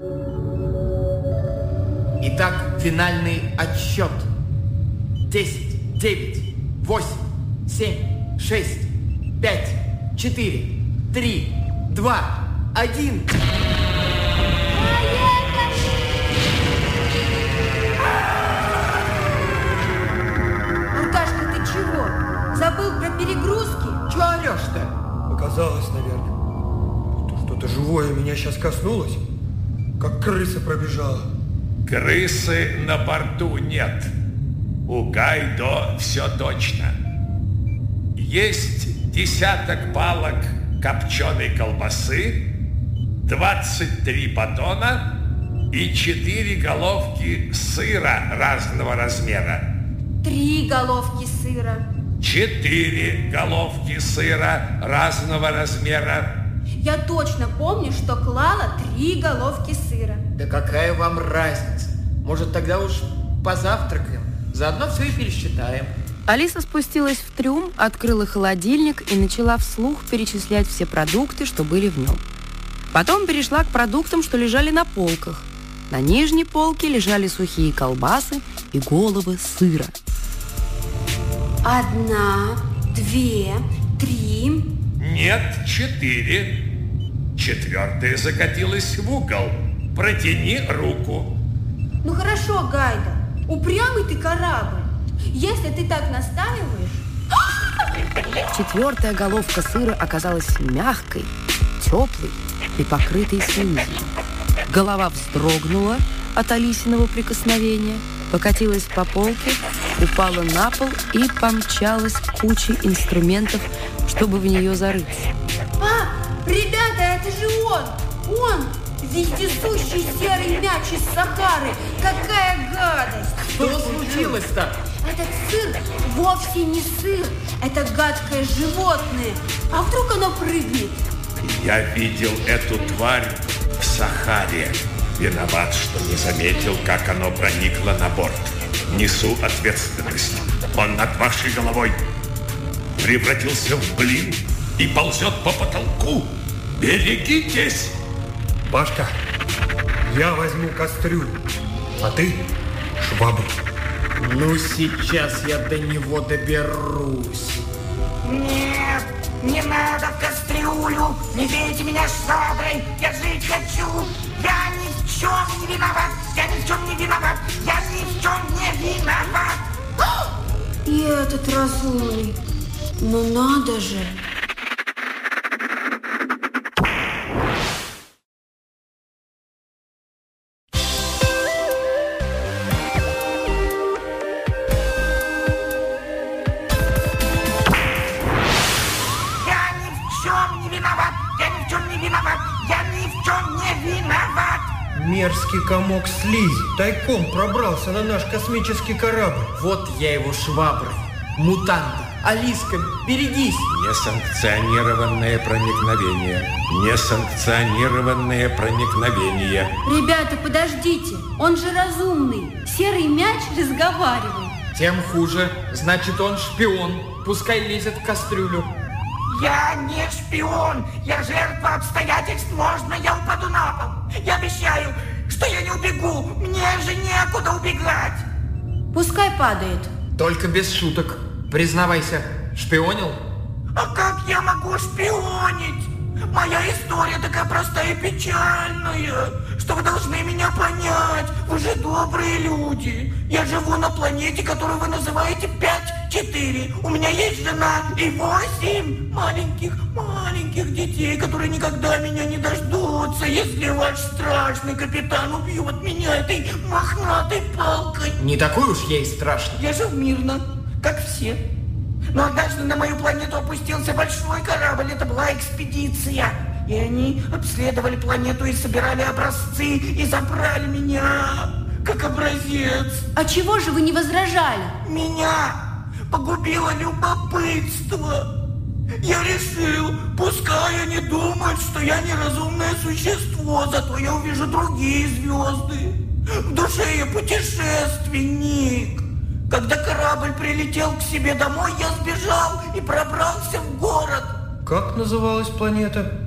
Итак, финальный отсчет. 10, 9, 8, 7, 6, 5, 4, 3, 2, 1. Аркашка, ты чего? Забыл про перегрузки? Чего орешь-то? Показалось, наверное. Что-то живое меня сейчас коснулось, как крыса пробежала. Крысы на борту нет. У Гайдо все точно. Есть 10 палок копченой колбасы, 23 батона и 4 головки сыра разного размера. 3 головки сыра. 4 головки сыра разного размера. Я точно помню, что клала 3 головки сыра. Да какая вам разница? Может, тогда уж позавтракаем? Заодно все и пересчитаем. Алиса спустилась в трюм, открыла холодильник и начала вслух перечислять все продукты, что были в нем. Потом перешла к продуктам, что лежали на полках. На нижней полке лежали сухие колбасы и головы сыра. 1, 2, 3. Нет, 4. 4 закатилась в угол. Протяни руку. Ну хорошо, Гайда, упрямый ты корабль. Если ты так настаиваешь... 4 головка сыра оказалась мягкой, теплой и покрытой слизью. Голова вздрогнула от Алисиного прикосновения, покатилась по полке, упала на пол и помчалась к куче инструментов, чтобы в нее зарыться. Ребята, это же он! Он! Вездесущий серый мяч из Сахары! Какая гадость! Что случилось-то? Этот сыр вовсе не сыр, это гадкое животное. А вдруг оно прыгнет? Я видел эту тварь в Сахаре. Виноват, что не заметил, как оно проникло на борт. Несу ответственность. Он над вашей головой превратился в блин и ползет по потолку. Берегитесь! Пашка, я возьму кастрюлю, а ты швабру. Ну, сейчас я до него доберусь. Нет, не надо в кастрюлю, не бейте меня шваброй, я жить хочу. Я ни в чем не виноват, я ни в чем не виноват, я ни в чем не виноват. И этот разумный, ну надо же. Мерзкий комок слизи тайком пробрался на наш космический корабль. Вот я его шваброй. Мутанта. Алиска, берегись. Несанкционированное проникновение. Несанкционированное проникновение. Ребята, подождите. Он же разумный. Серый мяч разговаривает. Тем хуже. Значит, он шпион. Пускай лезет в кастрюлю. Я не шпион, я жертва обстоятельств, можно я упаду на пол? Я обещаю, что я не убегу, мне же некуда убегать. Пускай падает. Только без шуток. Признавайся, шпионил? А как я могу шпионить? Моя история такая простая и печальная, что вы должны меня понять. Вы же добрые люди. Я живу на планете, которую вы называете 5 4. У меня есть жена и 8 маленьких детей, которые никогда меня не дождутся, если ваш страшный капитан убьет меня этой мохнатой палкой. Не такой уж я и страшный. Я жил мирно, как все. Но однажды на мою планету опустился большой корабль. Это была экспедиция. И они обследовали планету и собирали образцы, и забрали меня как образец. А чего же вы не возражали? Меня погубило любопытство. Я решил, пускай они думают, что я неразумное существо, зато я увижу другие звезды. В душе я путешественник. Когда корабль прилетел к себе домой, я сбежал и пробрался в город. Как называлась планета?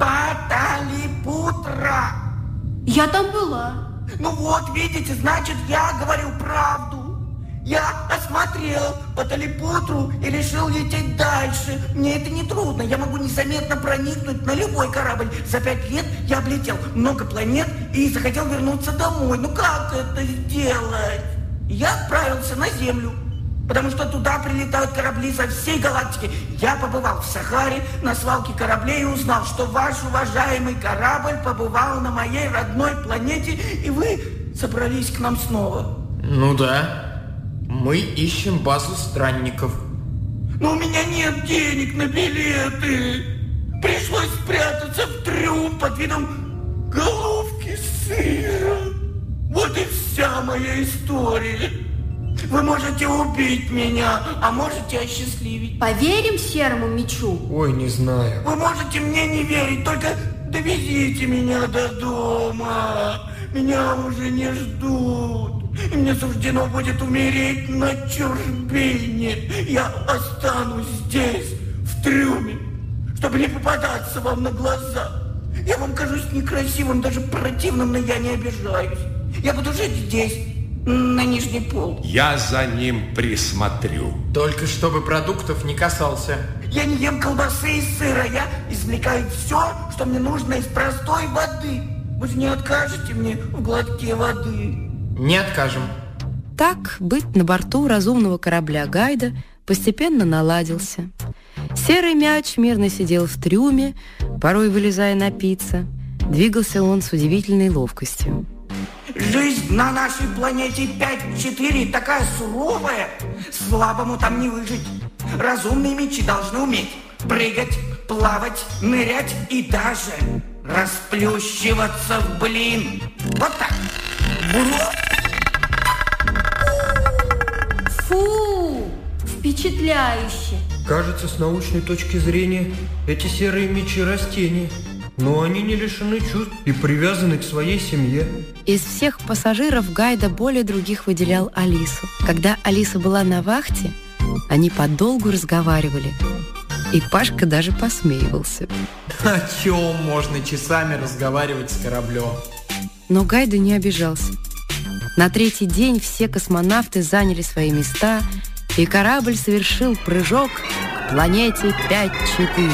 Паталипутра. Я там была. Ну вот, видите, значит, я говорю правду. Я осмотрел Паталипутру и решил лететь дальше. Мне это не трудно, я могу незаметно проникнуть на любой корабль. За 5 лет я облетел много планет и захотел вернуться домой. Ну как это сделать? Я отправился на Землю, потому что туда прилетают корабли со всей галактики. Я побывал в Сахаре на свалке кораблей и узнал, что ваш уважаемый корабль побывал на моей родной планете, и вы собрались к нам снова. Ну да. Мы ищем базу странников. Но у меня нет денег на билеты. Пришлось спрятаться в трюм под видом головки сыра. Вот и вся моя история. Вы можете убить меня, а можете осчастливить. Поверим серому мечу? Ой, не знаю. Вы можете мне не верить, только довезите меня до дома. Меня уже не ждут. И мне суждено будет умереть на чужбине. Я останусь здесь, в трюме, чтобы не попадаться вам на глаза. Я вам кажусь некрасивым, даже противным, но я не обижаюсь. Я буду жить здесь, на нижней полке. Я за ним присмотрю. Только чтобы продуктов не касался. Я не ем колбасы и сыра. Я извлекаю все, что мне нужно из простой воды. Вы же не откажете мне в глотке воды? Не откажем. Так быт на борту разумного корабля Гайда постепенно наладился. Серый мяч мирно сидел в трюме, порой вылезая напиться. Двигался он с удивительной ловкостью. Жизнь на нашей планете 5-4 такая суровая, слабому там не выжить. Разумные мечи должны уметь прыгать, плавать, нырять и даже расплющиваться в блин. Вот так. Фу, впечатляюще. Кажется, с научной точки зрения, эти серые мечи растения. Но они не лишены чувств и привязаны к своей семье. Из всех пассажиров Гайда более других выделял Алису. Когда Алиса была на вахте, они подолгу разговаривали. И Пашка даже посмеивался. О чем можно часами разговаривать с кораблем? Но Гайда не обижался. На 3-й день все космонавты заняли свои места, и корабль совершил прыжок к планете 5-4.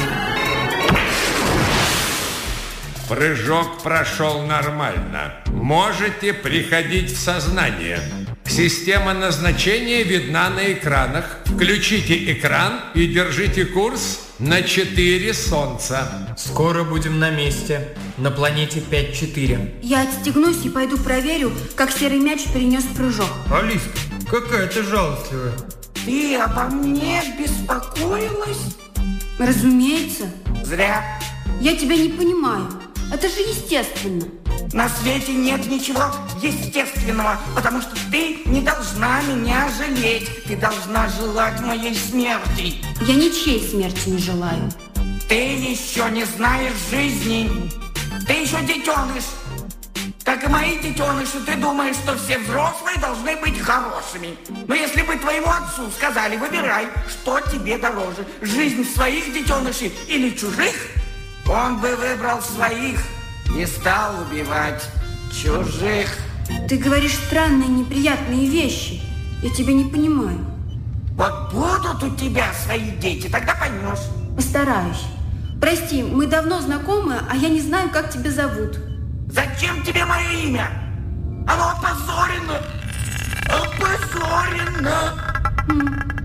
Прыжок прошел нормально. Можете приходить в сознание. Система назначения видна на экранах. Включите экран и держите курс на 4 Солнца. Скоро будем на месте, на планете 5-4. Я отстегнусь и пойду проверю, как серый мяч перенес прыжок. Алиска, какая ты жалостливая. Ты обо мне беспокоилась? Разумеется. Зря. Я тебя не понимаю. Это же естественно. На свете нет ничего естественного, потому что ты не должна меня жалеть. Ты должна желать моей смерти. Я ничьей смерти не желаю. Ты еще не знаешь жизни. Ты еще детеныш. Как и мои детеныши, ты думаешь, что все взрослые должны быть хорошими. Но если бы твоему отцу сказали, выбирай, что тебе дороже, жизнь своих детенышей или чужих, он бы выбрал своих и стал убивать чужих. Ты говоришь странные, неприятные вещи. Я тебя не понимаю. Вот будут у тебя свои дети, тогда поймешь. Постараюсь. Прости, мы давно знакомы, а я не знаю, как тебя зовут. Зачем тебе мое имя? Оно опозорено. Опозорено.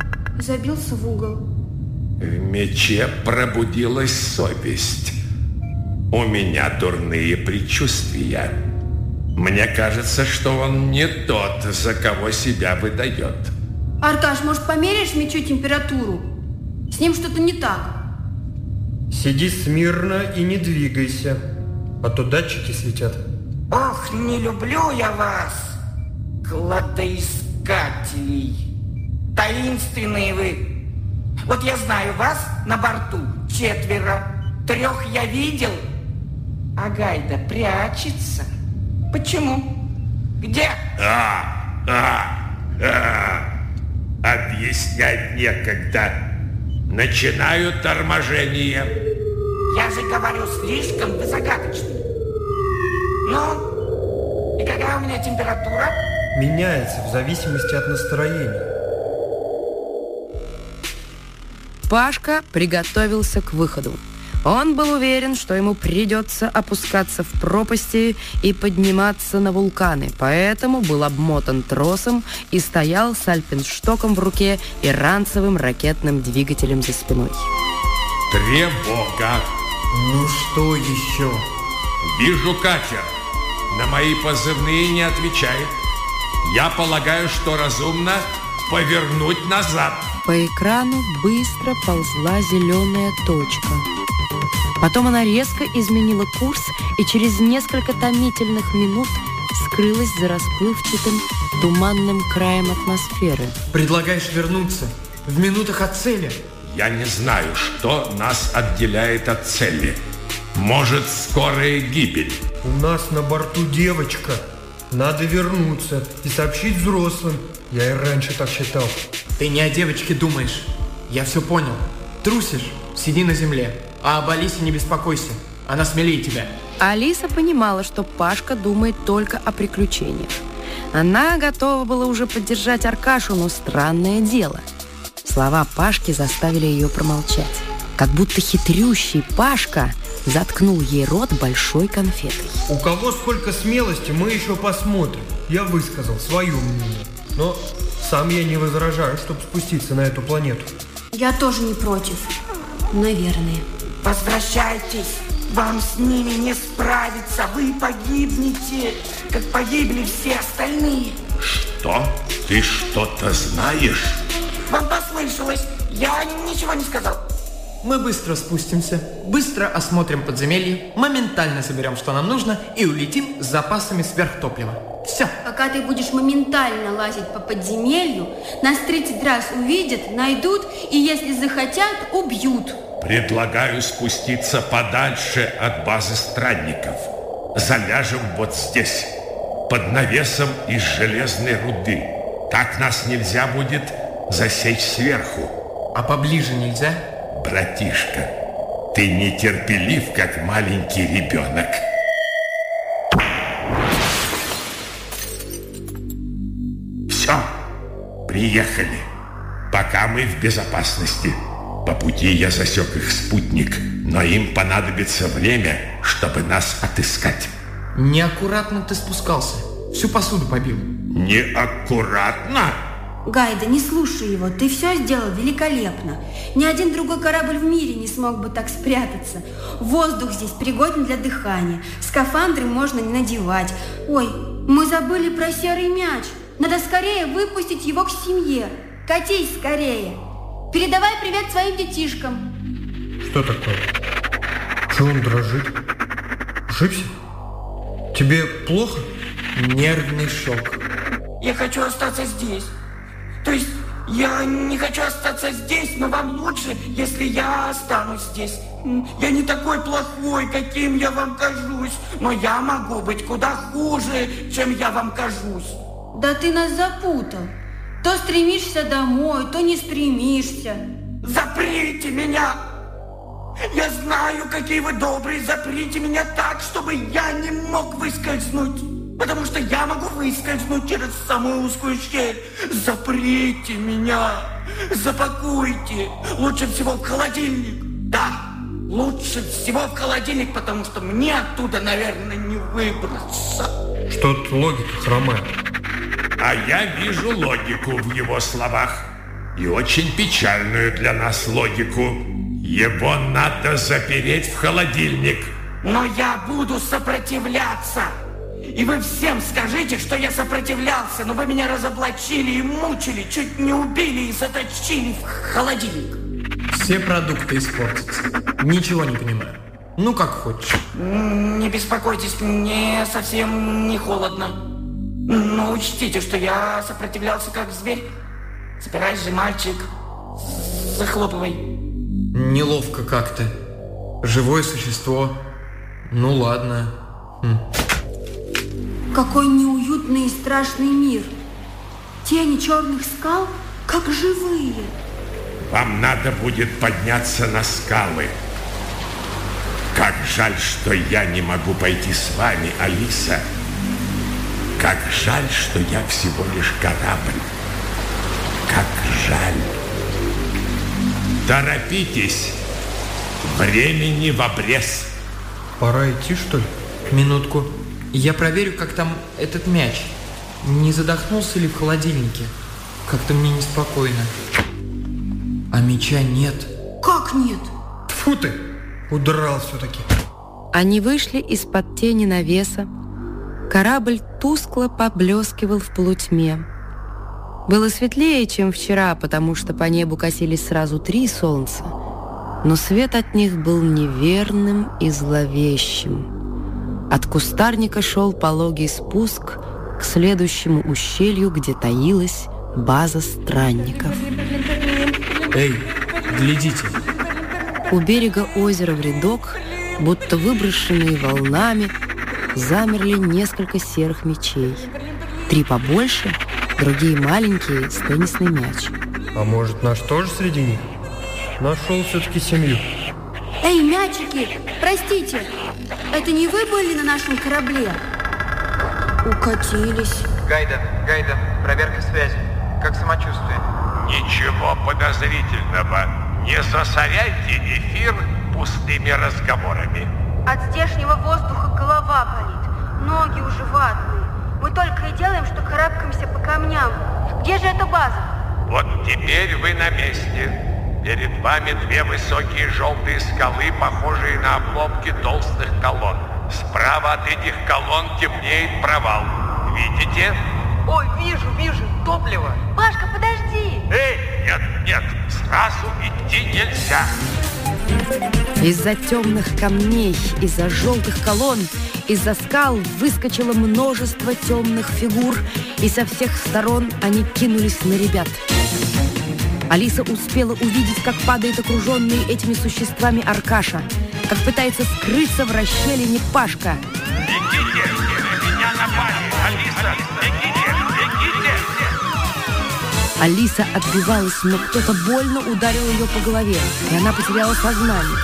забился в угол. В мече пробудилась совесть. У меня дурные предчувствия. Мне кажется, что он не тот, за кого себя выдает. Аркаш, может, померяешь мечу температуру? С ним что-то не так. Сиди смирно и не двигайся, а то датчики светят. Ох, не люблю я вас, кладоискателей. Таинственные вы. Вот я знаю вас на борту 4. 3 я видел, а Гайда прячется. Почему? Где? Объяснять некогда. Начинаю торможение. Я же говорю, слишком вы загадочны. Ну, и какая у меня температура? Меняется в зависимости от настроения. Пашка приготовился к выходу. Он был уверен, что ему придется опускаться в пропасти и подниматься на вулканы, поэтому был обмотан тросом и стоял с альпинштоком в руке и ранцевым ракетным двигателем за спиной. Тревога! Ну что еще? Вижу катер. На мои позывные не отвечает. Я полагаю, что разумно повернуть назад. По экрану быстро ползла зеленая точка. Потом она резко изменила курс и через несколько томительных минут скрылась за расплывчатым туманным краем атмосферы. Предлагаешь вернуться в минутах от цели? Я не знаю, что нас отделяет от цели. Может, скорая гибель. У нас на борту девочка. Надо вернуться и сообщить взрослым. Я и раньше так считал. Ты не о девочке думаешь. Я все понял. Трусишь? Сиди на земле. А об Алисе не беспокойся. Она смелее тебя. Алиса понимала, что Пашка думает только о приключениях. Она готова была уже поддержать Аркашу, но странное дело. Слова Пашки заставили ее промолчать. Как будто хитрющий Пашка заткнул ей рот большой конфетой. У кого сколько смелости, мы еще посмотрим. Я высказал свое мнение. Но сам я не возражаю, чтобы спуститься на эту планету. Я тоже не против. Наверное. Возвращайтесь. Вам с ними не справиться. Вы погибнете, как погибли все остальные. Что? Ты что-то знаешь? Вам послышалось. Я ничего не сказал. Мы быстро спустимся, быстро осмотрим подземелье, моментально соберем, что нам нужно, и улетим с запасами сверхтоплива. Все. Пока ты будешь моментально лазить по подземелью, нас 30 раз увидят, найдут и, если захотят, убьют. Предлагаю спуститься подальше от базы странников. Заляжем вот здесь, под навесом из железной руды. Так нас нельзя будет засечь сверху. А поближе нельзя? Братишка, ты нетерпелив, как маленький ребенок. Все, приехали. Пока мы в безопасности. По пути я засек их спутник, но им понадобится время, чтобы нас отыскать. Неаккуратно ты спускался. Всю посуду побил. Неаккуратно? Гайда, не слушай его, ты все сделал великолепно. Ни один другой корабль в мире не смог бы так спрятаться. Воздух здесь пригоден для дыхания. Скафандры можно не надевать. Ой, мы забыли про серый мяч. Надо скорее выпустить его к семье. Катись скорее. Передавай привет своим детишкам. Что такое? Чего он дрожит? Ошибся? Тебе плохо? Нервный шок. Я хочу остаться здесь. То есть, я не хочу остаться здесь, но вам лучше, если я останусь здесь. Я не такой плохой, каким я вам кажусь, но я могу быть куда хуже, чем я вам кажусь. Да ты нас запутал. То стремишься домой, то не стремишься. Заприте меня! Я знаю, какие вы добрые. Заприте меня так, чтобы я не мог выскользнуть. Потому что я могу выскользнуть через самую узкую щель. Заприте меня. Запакуйте. Лучше всего в холодильник. Да, лучше всего в холодильник, потому что мне оттуда, наверное, не выбраться. Что-то логика хромает. А я вижу логику в его словах. и очень печальную для нас логику. Его надо запереть в холодильник. Но я буду сопротивляться. И вы всем скажите, что я сопротивлялся, но вы меня разоблачили и мучили, чуть не убили и заточили в холодильник. Все продукты испортятся. Ничего не понимаю. Ну, как хочешь. Не беспокойтесь, мне совсем не холодно. Но учтите, что я сопротивлялся как зверь. Собирайся же, мальчик. Захлопывай. Неловко как-то. Живое существо. Ну, ладно. Какой неуютный и страшный мир. Тени черных скал, как живые. Вам надо будет подняться на скалы. Как жаль, что я не могу пойти с вами, Алиса. Как жаль, что я всего лишь корабль. Как жаль. Торопитесь. Времени в обрез. Пора идти, что ли? Минутку. Я проверю, как там этот мяч. Не задохнулся ли в холодильнике? Как-то мне неспокойно. А мяча нет. Как нет? Тьфу ты! Удрал все-таки. Они вышли из-под тени навеса. Корабль тускло поблескивал в полутьме. Было светлее, чем вчера, потому что по небу косились сразу 3 солнца. Но свет от них был неверным и зловещим. От кустарника шел пологий спуск к следующему ущелью, где таилась база странников. Эй, глядите! У берега озера в рядок, будто выброшенные волнами, замерли несколько серых мечей. 3 побольше, другие маленькие, с теннисный мяч. А может, наш тоже среди них? Нашел все-таки семью. Эй, мячики, простите, это не вы были на нашем корабле? Укатились. Гайден, проверка связи. Как самочувствие? Ничего подозрительного. Не засоряйте эфир пустыми разговорами. От здешнего воздуха голова болит, ноги уже ватные. Мы только и делаем, что карабкаемся по камням. Где же эта база? Вот теперь вы на месте. Перед вами 2 высокие желтые скалы, похожие на обломки толстых колонн. Справа от этих колонн темнеет провал. Видите? Ой, вижу, топливо. Пашка, подожди! Эй, нет, сразу идти нельзя. Из-за темных камней, из-за желтых колонн, из-за скал выскочило множество темных фигур, и со всех сторон они кинулись на ребят. Алиса успела увидеть, как падает окруженный этими существами Аркаша, как пытается скрыться в расщелине Пашка. Бегите! Меня напали! Алиса, бегите! Алиса отбивалась, но кто-то больно ударил ее по голове, и она потеряла сознание.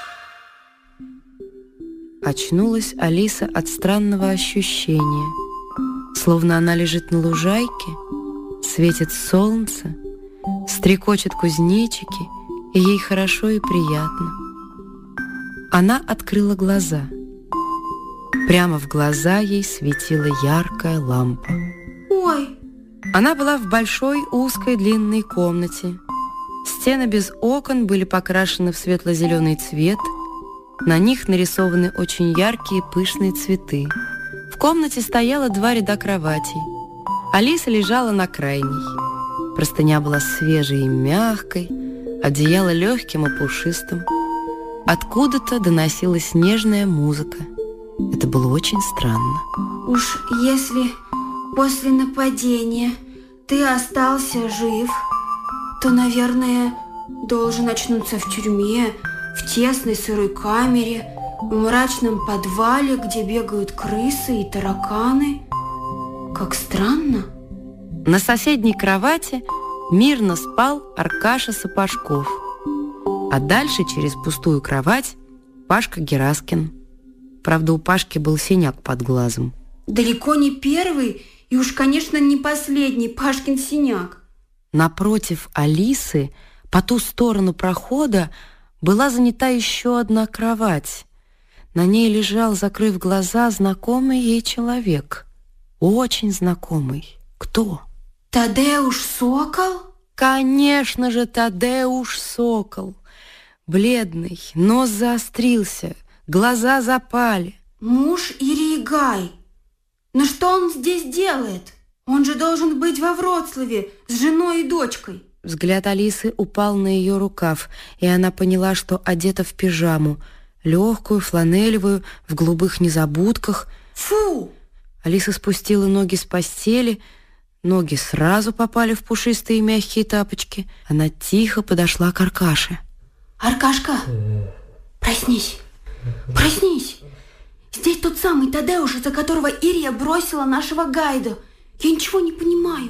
Очнулась Алиса от странного ощущения, словно она лежит на лужайке, светит солнце, стрекочут кузнечики, и ей хорошо и приятно. Она открыла глаза. Прямо в глаза ей светила яркая лампа. Ой! Она была в большой, узкой, длинной комнате. Стены без окон были покрашены в светло-зеленый цвет. На них нарисованы очень яркие, пышные цветы. В комнате стояло 2 ряда кроватей. Алиса лежала на крайней. Простыня была свежей и мягкой, одеяло легким и пушистым. Откуда-то доносилась нежная музыка. Это было очень странно. Уж если после нападения ты остался жив, то, наверное, должен очнуться в тюрьме, в тесной сырой камере, в мрачном подвале, где бегают крысы и тараканы. Как странно. На соседней кровати мирно спал Аркаша Сапожков. А дальше через пустую кровать Пашка Гераскин. Правда, у Пашки был синяк под глазом. Далеко не первый и уж, конечно, не последний Пашкин синяк. Напротив Алисы, по ту сторону прохода, была занята еще одна кровать. На ней лежал, закрыв глаза, знакомый ей человек. Очень знакомый. Кто? Тадеуш Сокол? Конечно же, Тадеуш Сокол. Бледный, нос заострился, глаза запали. Муж Ирии Гай. Но что он здесь делает? Он же должен быть во Вроцлаве с женой и дочкой. Взгляд Алисы упал на ее рукав, и она поняла, что одета в пижаму, легкую, фланелевую, в голубых незабудках. Фу! Алиса спустила ноги с постели, ноги сразу попали в пушистые мягкие тапочки. Она тихо подошла к Аркаше. Аркашка, проснись, проснись. Здесь тот самый Тадеуш, из-за которого Ирия бросила нашего Гайда. Я ничего не понимаю.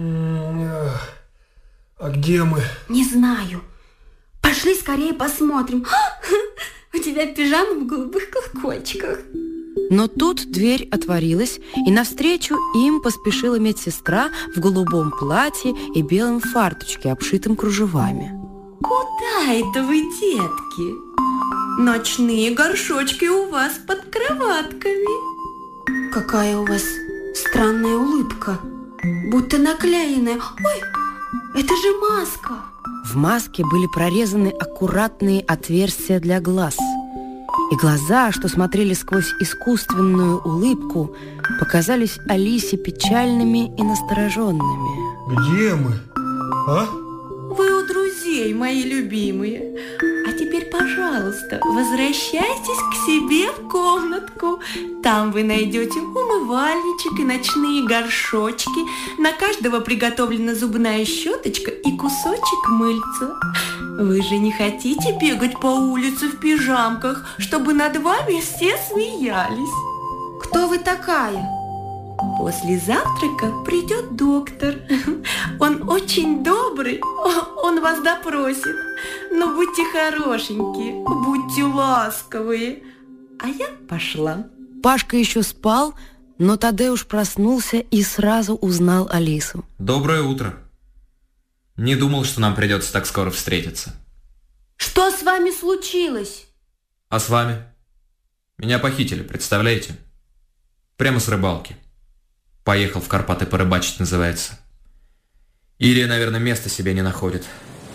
А где мы? Не знаю. Пошли скорее посмотрим. У тебя пижама в голубых колокольчиках. Но тут дверь отворилась, и навстречу им поспешила медсестра в голубом платье и белом фарточке, обшитом кружевами. Куда это вы, детки? Ночные горшочки у вас под кроватками. Какая у вас странная улыбка, будто наклеенная. Ой, это же маска. В маске были прорезаны аккуратные отверстия для глаз. И глаза, что смотрели сквозь искусственную улыбку, показались Алисе печальными и настороженными. Где мы? А? Вы у друзей, мои любимые. А теперь, пожалуйста, возвращайтесь к себе в комнатку. Там вы найдете умывальничек и ночные горшочки. На каждого приготовлена зубная щеточка и кусочек мыльца. Вы же не хотите бегать по улице в пижамках, чтобы над вами все смеялись? Кто вы такая? После завтрака придет доктор. Он очень добрый, он вас допросит. Но будьте хорошенькие, будьте ласковые. А я пошла. Пашка еще спал, но Тадеуш проснулся и сразу узнал Алису. Доброе утро. Не думал, что нам придется так скоро встретиться. Что с вами случилось? А с вами? Меня похитили, представляете? Прямо с рыбалки. Поехал в Карпаты порыбачить, называется. Ирия, наверное, места себе не находит.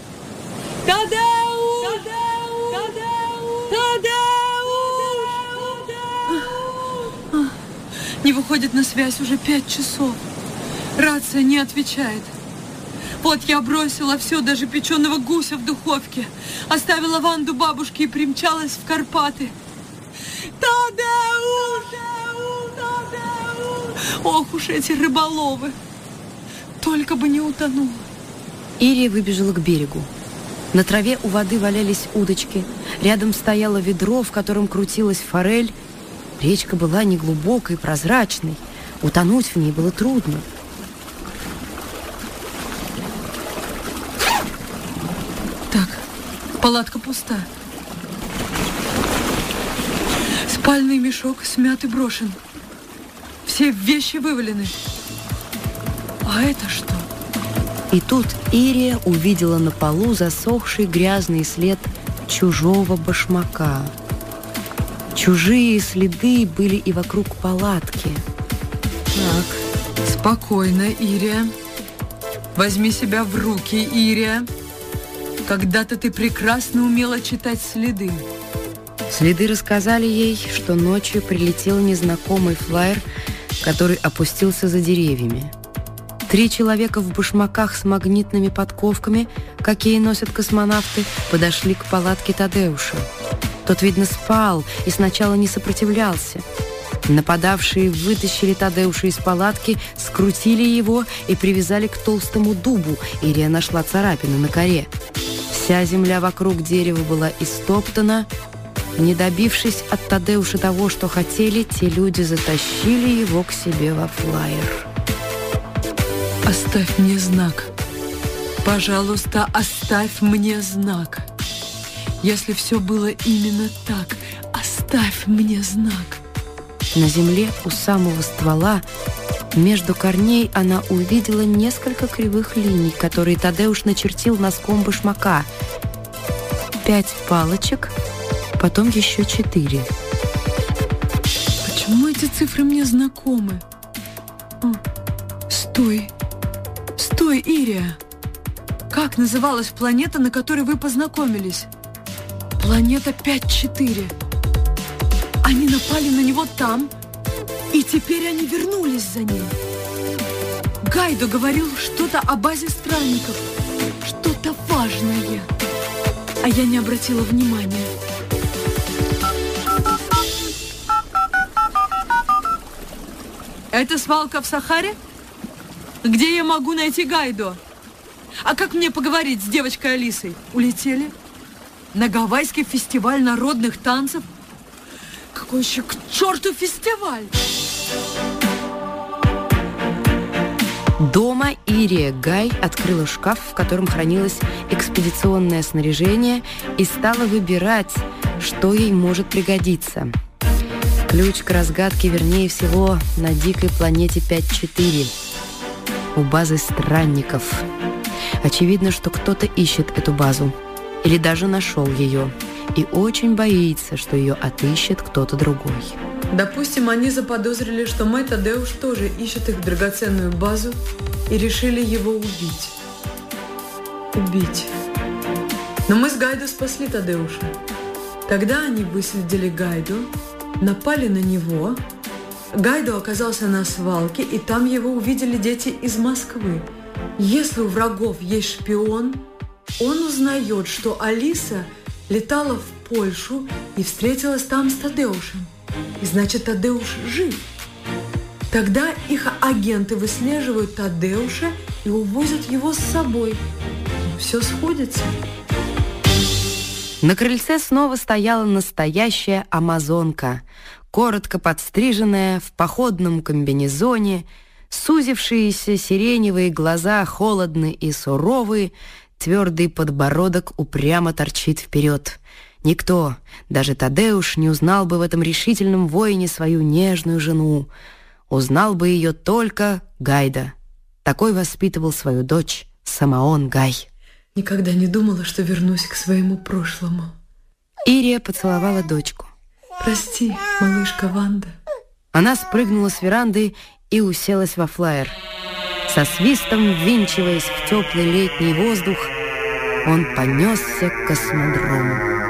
Тадеуш! Тадеуш! Не выходит на связь уже 5 часов. Рация не отвечает. Вот я бросила все, даже печеного гуся в духовке. Оставила Ванду бабушке и примчалась в Карпаты. Тадеуш! Ох уж эти рыболовы! Только бы не утонула. Ирия выбежала к берегу. На траве у воды валялись удочки. Рядом стояло ведро, в котором крутилась форель. Речка была неглубокой, прозрачной. Утонуть в ней было трудно. Так, палатка пуста. Спальный мешок смят и брошен. Все вещи вывалены. А это что? И тут Ирия увидела на полу засохший грязный след чужого башмака. Чужие следы были и вокруг палатки. Так, спокойно, Ирия. Возьми себя в руки, Ирия. Когда-то ты прекрасно умела читать следы. Следы рассказали ей, что ночью прилетел незнакомый флайер, который опустился за деревьями. 3 человека в башмаках с магнитными подковками, какие носят космонавты, подошли к палатке Тадеуша. Тот, видно, спал и сначала не сопротивлялся. Нападавшие вытащили Тадеуша из палатки, скрутили его и привязали к толстому дубу. Ирия нашла царапины на коре. Вся земля вокруг дерева была истоптана. Не добившись от Тадеуша того, что хотели, те люди затащили его к себе во флайер. Оставь мне знак. Пожалуйста, оставь мне знак. Если все было именно так, оставь мне знак. На земле у самого ствола, между корней, она увидела несколько кривых линий, которые Тадеуш начертил носком башмака. 5 палочек, потом еще 4. Почему эти цифры мне знакомы? Стой, Ирия. Как называлась планета, на которой вы познакомились? Планета 5-4. Они напали на него там, и теперь они вернулись за ним. Гайдо говорил что-то о базе странников, что-то важное, а я не обратила внимания. Это свалка в Сахаре? Где я могу найти Гайдо? А как мне поговорить с девочкой Алисой? Улетели? На гавайский фестиваль народных танцев? Какой еще к черту фестиваль? Дома Ирия Гай открыла шкаф, в котором хранилось экспедиционное снаряжение, и стала выбирать, что ей может пригодиться. Ключ к разгадке, вернее всего, на дикой планете 5-4, у базы странников. Очевидно, что кто-то ищет эту базу, или даже нашел ее, и очень боится, что ее отыщет кто-то другой. Допустим, они заподозрили, что мой Тадеуш тоже ищет их драгоценную базу и решили его убить. Убить. Но мы с Гайдо спасли Тадеуша. Тогда они выследили Гайдо, напали на него. Гайдо оказался на свалке, и там его увидели дети из Москвы. Если у врагов есть шпион, он узнает, что Алиса летала в Польшу и встретилась там с Тадеушем. И значит, Тадеуш жив. Тогда их агенты выслеживают Тадеуша и увозят его с собой. Все сходится. На крыльце снова стояла настоящая амазонка, коротко подстриженная, в походном комбинезоне, сузившиеся сиреневые глаза холодны и суровы, твердый подбородок упрямо торчит вперед. Никто, даже Тадеуш, не узнал бы в этом решительном воине свою нежную жену. Узнал бы ее только Гайдо. Такой воспитывал свою дочь Самаон Гай. Никогда не думала, что вернусь к своему прошлому. Ирия поцеловала дочку. Прости, малышка Ванда. Она спрыгнула с веранды и уселась во флайер. Со свистом, ввинчиваясь в теплый летний воздух, он понесся к космодрому.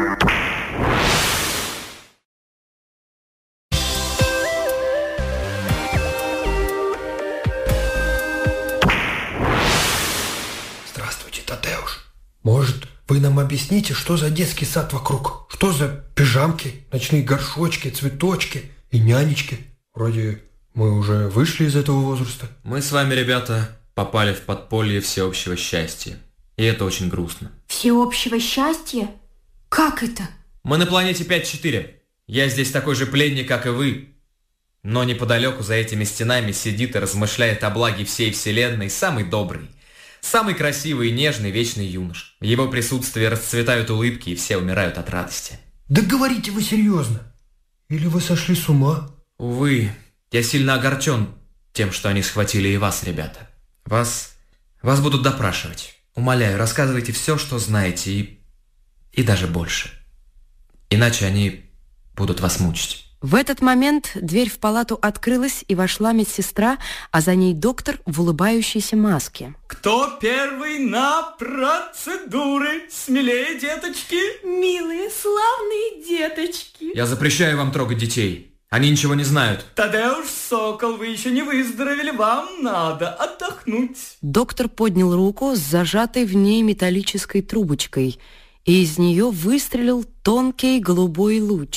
Здравствуйте, Тадеуш. Может, вы нам объясните, что за детский сад вокруг? Что за пижамки, ночные горшочки, цветочки и нянечки? Вроде мы уже вышли из этого возраста. Мы с вами, ребята, попали в подполье всеобщего счастья. И это очень грустно. Всеобщего счастья? Как это? Мы на планете 5-4. Я здесь такой же пленник, как и вы. Но неподалеку за этими стенами сидит и размышляет о благе всей вселенной самый добрый, самый красивый и нежный вечный юнош. В его присутствии расцветают улыбки, и все умирают от радости. Да говорите вы серьезно? Или вы сошли с ума? Увы, я сильно огорчен тем, что они схватили и вас, ребята. Вас будут допрашивать. Умоляю, рассказывайте все, что знаете, и даже больше. Иначе они будут вас мучить. В этот момент дверь в палату открылась, и вошла медсестра, а за ней доктор в улыбающейся маске. Кто первый на процедуры? Смелее, деточки. Милые, славные деточки. Я запрещаю вам трогать детей. Они ничего не знают. Тадеуш, сокол, вы еще не выздоровели, вам надо отдохнуть. Доктор поднял руку с зажатой в ней металлической трубочкой, и из нее выстрелил тонкий голубой луч.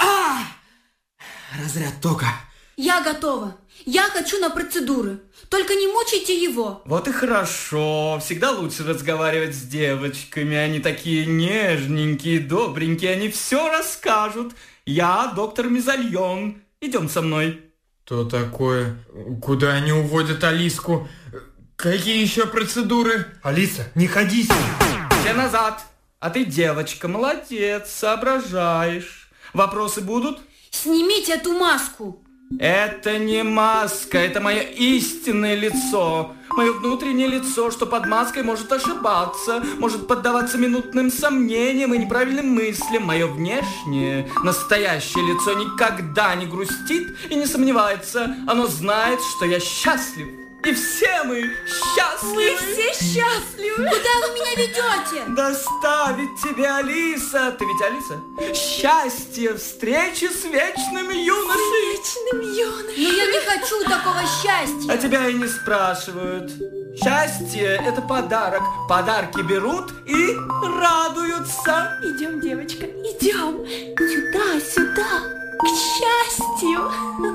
Разряд тока. Я готова. Я хочу на процедуры. Только не мучайте его. Вот и хорошо. Всегда лучше разговаривать с девочками. Они такие нежненькие, добренькие. Они все расскажут. Я доктор Мезальон. Идем со мной. Что такое? Куда они уводят Алиску? Какие еще процедуры? Алиса, не ходи с ней. Все назад. А ты девочка, молодец, соображаешь. Вопросы будут? Снимите эту маску. Это не маска, это мое истинное лицо. Мое внутреннее лицо, что под маской может ошибаться, может поддаваться минутным сомнениям и неправильным мыслям. Мое внешнее, настоящее лицо никогда не грустит и не сомневается. Оно знает, что я счастлив. И все мы счастливы. Мы все счастливы. Куда вы меня ведете? Доставить тебе, Алиса. Ты ведь Алиса? Счастье встречи с вечным юношей. Вечным юношей. Но я не хочу такого счастья. А тебя и не спрашивают. Счастье – это подарок. Подарки берут и радуются. Идем, девочка, идем. Сюда, сюда, к счастью.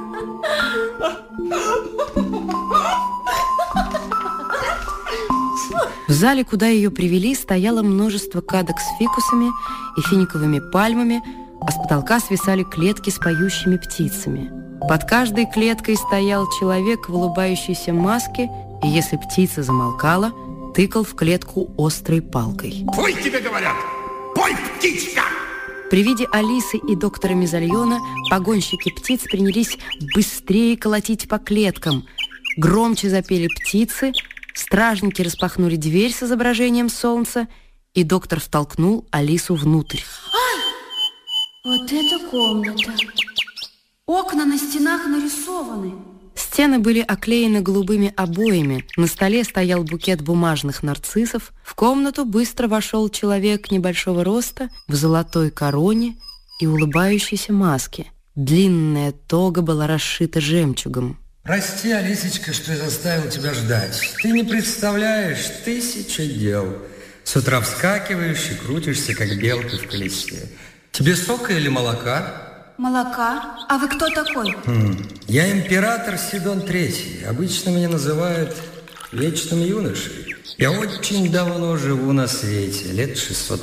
В зале, куда ее привели, стояло множество кадок с фикусами и финиковыми пальмами, а с потолка свисали клетки с поющими птицами. Под каждой клеткой стоял человек в улыбающейся маске, и если птица замолкала, тыкал в клетку острой палкой. Пой, тебе говорят! Пой, птичка! При виде Алисы и доктора Мезальона погонщики птиц принялись быстрее колотить по клеткам. Громче запели птицы, стражники распахнули дверь с изображением солнца, и доктор втолкнул Алису внутрь. Ай! Вот это комната! Окна на стенах нарисованы. Стены были оклеены голубыми обоями, на столе стоял букет бумажных нарциссов, в комнату быстро вошел человек небольшого роста в золотой короне и улыбающейся маске. Длинная тога была расшита жемчугом. Прости, Алисочка, что я заставил тебя ждать. Ты не представляешь, 1000 дел. С утра вскакиваешь и крутишься, как белка в колесе. Тебе сока или молока? Молока? А вы кто такой? Я император Сидон III. Обычно меня называют вечным юношей. Я очень давно живу на свете, лет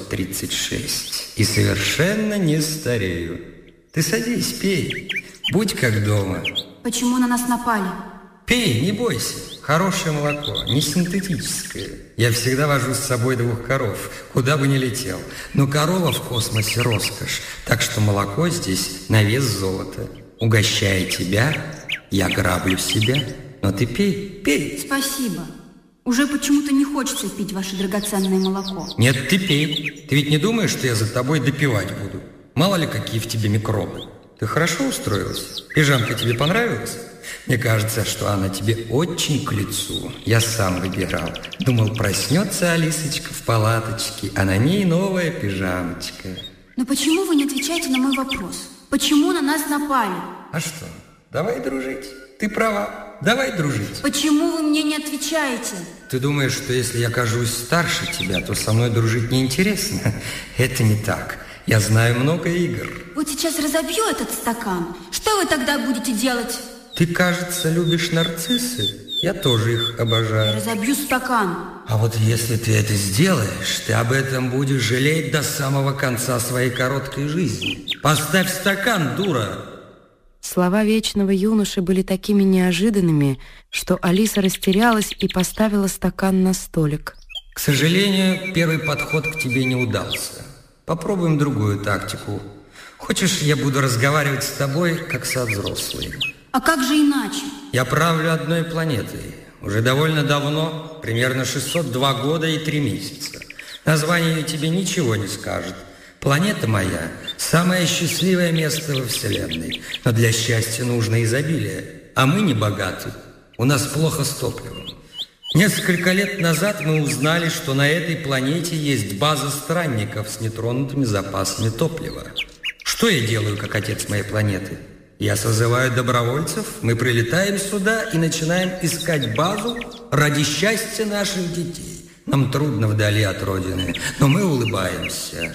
636. И совершенно не старею. Ты садись, пей. Будь как дома. Почему на нас напали? Пей, не бойся. Хорошее молоко, не синтетическое. Я всегда вожу с собой 2 коров, куда бы ни летел. Но корова в космосе роскошь, так что молоко здесь на вес золота. Угощая тебя, я граблю себя. Но ты пей, пей. Спасибо. Уже почему-то не хочется пить ваше драгоценное молоко. Нет, ты пей. Ты ведь не думаешь, что я за тобой допивать буду? Мало ли, какие в тебе микробы. Ты хорошо устроилась? Пижамка тебе понравилась? Мне кажется, что она тебе очень к лицу. Я сам выбирал. Думал, проснется Алисочка в палаточке, а на ней новая пижамочка. Но почему вы не отвечаете на мой вопрос? Почему на нас напали? А что? Давай дружить. Ты права. Давай дружить. Почему вы мне не отвечаете? Ты думаешь, что если я кажусь старше тебя, то со мной дружить неинтересно? Это не так. Я знаю много игр. Вот сейчас разобью этот стакан. Что вы тогда будете делать? Ты, кажется, любишь нарциссы. Я тоже их обожаю. Я разобью стакан. А вот если ты это сделаешь, ты об этом будешь жалеть до самого конца своей короткой жизни. Поставь стакан, дура! Слова вечного юноши были такими неожиданными, что Алиса растерялась и поставила стакан на столик. К сожалению, первый подход к тебе не удался. Попробуем другую тактику. Хочешь, я буду разговаривать с тобой, как со взрослой? А как же иначе? Я правлю одной планетой. Уже довольно давно, примерно 602 года и 3 месяца. Название тебе ничего не скажет. Планета моя – самое счастливое место во Вселенной. Но для счастья нужно изобилие. А мы не богаты. У нас плохо с топливом. Несколько лет назад мы узнали, что на этой планете есть база странников с нетронутыми запасами топлива. Что я делаю, как отец моей планеты? Я созываю добровольцев, мы прилетаем сюда и начинаем искать базу ради счастья наших детей. Нам трудно вдали от Родины, но мы улыбаемся.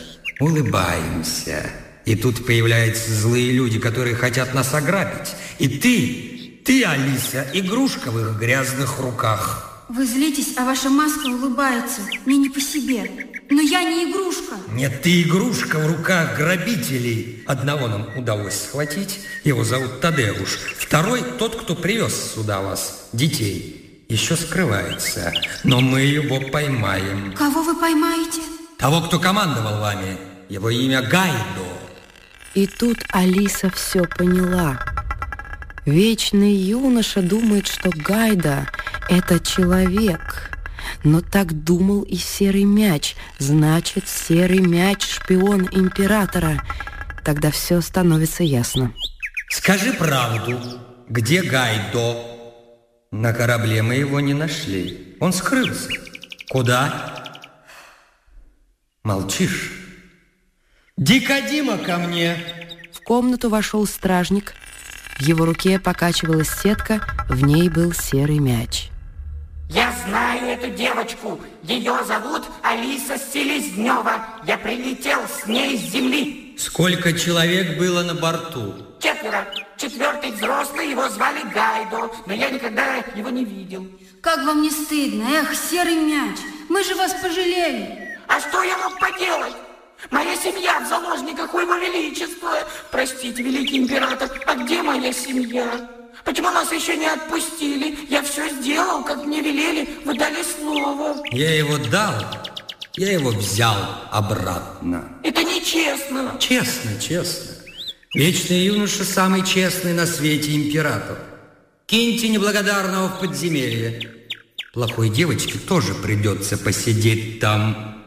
Улыбаемся. И тут появляются злые люди, которые хотят нас ограбить. И ты, Алиса, игрушка в их грязных руках. Вы злитесь, а ваша маска улыбается. Мне не по себе. Но я не игрушка. Нет, ты игрушка в руках грабителей. Одного нам удалось схватить. Его зовут Тадеуш. Второй – тот, кто привез сюда вас, детей. Еще скрывается. Но мы его поймаем. Кого вы поймаете? Того, кто командовал вами. Его имя Гайдо. И тут Алиса все поняла. Вечный юноша думает, что Гайдо – это человек. Но так думал и Серый мяч. Значит, Серый мяч – шпион императора. Тогда все становится ясно. Скажи правду. Где Гайдо? На корабле мы его не нашли. Он скрылся. Куда? Молчишь? Дикодима, ко мне! В комнату вошел стражник. В его руке покачивалась сетка, в ней был серый мяч. Я знаю эту девочку. Ее зовут Алиса Селезнева. Я прилетел с ней с земли. Сколько человек было на борту? 4. 4-й взрослый, его звали Гайдо, но я никогда его не видел. Как вам не стыдно? Эх, серый мяч, мы же вас пожалели. А что я мог поделать? Моя семья в заложниках у его величества. Простите, великий император, а где моя семья? Почему нас еще не отпустили? Я все сделал, как мне велели, вы дали слово. Я его дал, я его взял обратно. Это нечестно. Честно, честно. Вечный юноша самый честный на свете император. Киньте неблагодарного в подземелье. Плохой девочке тоже придется посидеть там.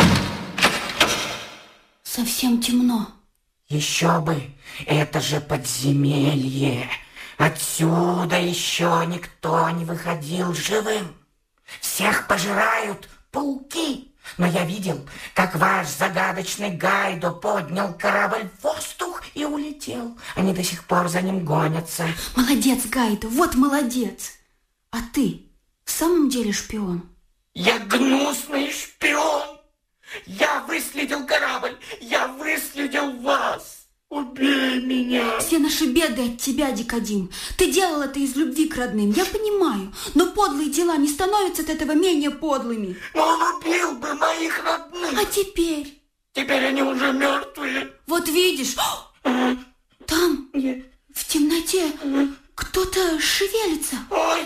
Совсем темно. Еще бы, это же подземелье. Отсюда еще никто не выходил живым. Всех пожирают пауки. Но я видел, как ваш загадочный Гайдо поднял корабль в воздух и улетел. Они до сих пор за ним гонятся. Молодец, Гайдо, вот молодец. А ты в самом деле шпион? Я гнусный шпион. Я выследил корабль. Я выследил вас. Убей меня! Все наши беды от тебя, Дикодим. Ты делал это из любви к родным, я понимаю. Но подлые дела не становятся от этого менее подлыми. Но он убил бы моих родных. А теперь? Теперь они уже мертвые. Вот видишь, там, в темноте, кто-то шевелится. Ой,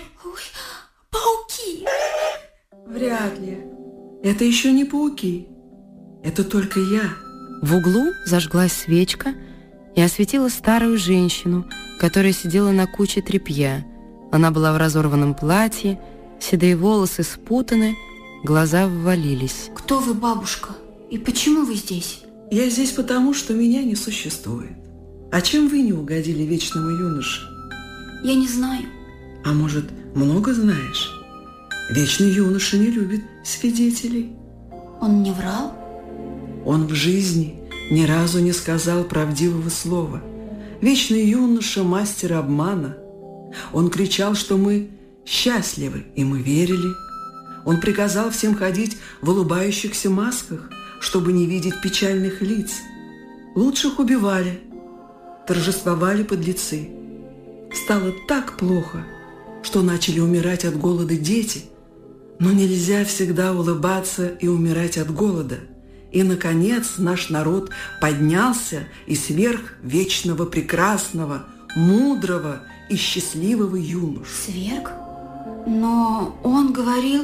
пауки. Вряд ли. Это еще не пауки. Это только я. В углу зажглась свечка и осветила старую женщину, которая сидела на куче тряпья. Она была в разорванном платье, седые волосы спутаны, глаза ввалились. Кто вы, бабушка? И почему вы здесь? Я здесь потому, что меня не существует. А чем вы не угодили вечному юноше? Я не знаю. А может, много знаешь? Вечный юноша не любит свидетелей. Он не врал? Он в жизни ни разу не сказал правдивого слова. Вечный юноша – мастер обмана. Он кричал, что мы счастливы, и мы верили. Он приказал всем ходить в улыбающихся масках, чтобы не видеть печальных лиц. Лучших убивали, торжествовали подлецы. Стало так плохо, что начали умирать от голода дети. Но нельзя всегда улыбаться и умирать от голода. И, наконец, наш народ поднялся и сверх вечного, прекрасного, мудрого и счастливого юношу. Сверх? Но он говорил...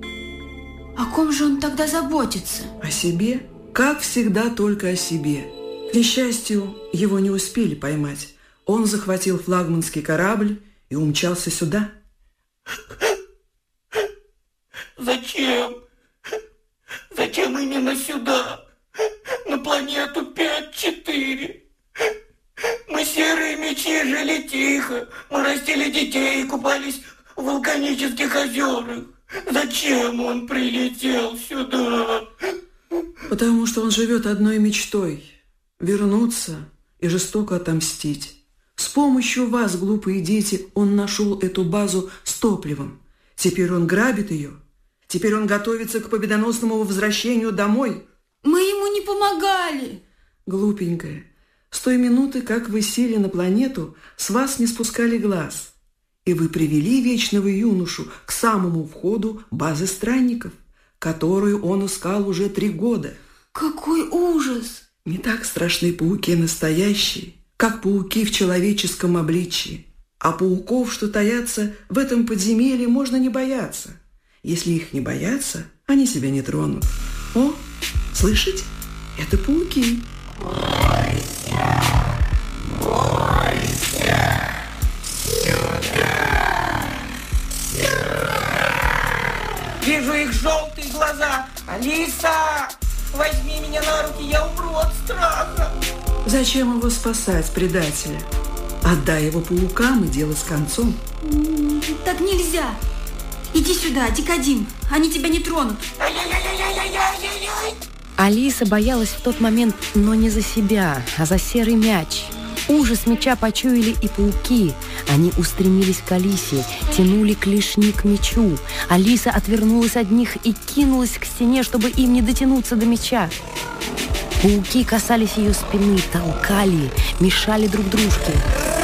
О ком же он тогда заботится? О себе? Как всегда, только о себе. К несчастью, его не успели поймать. Он захватил флагманский корабль и умчался сюда. Зачем? Зачем именно сюда? На планету 5-4. Мы серые мечи жили тихо. Мы растили детей и купались в вулканических озерах. Зачем он прилетел сюда? Потому что он живет одной мечтой – вернуться и жестоко отомстить. С помощью вас, глупые дети, он нашел эту базу с топливом. Теперь он грабит ее. Теперь он готовится к победоносному возвращению домой. Мы ему не помогали. Глупенькая, с той минуты, как вы сели на планету, с вас не спускали глаз. И вы привели вечного юношу к самому входу базы странников, которую он искал уже 3 года. Какой ужас! Не так страшны пауки настоящие, как пауки в человеческом обличии. А пауков, что таятся в этом подземелье, можно не бояться. Если их не бояться, они себя не тронут. О, слышите? Это пауки. Бойся, бойся. Вижу их желтые глаза. Алиса, возьми меня на руки, я умру от страха. Зачем его спасать, предателя? Отдай его паукам и дело с концом. Так нельзя. Иди сюда, Дикодим. Они тебя не тронут. Алиса боялась в тот момент, но не за себя, а за серый мяч. Ужас мяча почуяли и пауки. Они устремились к Алисе, тянули клешни к мячу. Алиса отвернулась от них и кинулась к стене, чтобы им не дотянуться до мяча. Пауки касались ее спины, толкали, мешали друг дружке.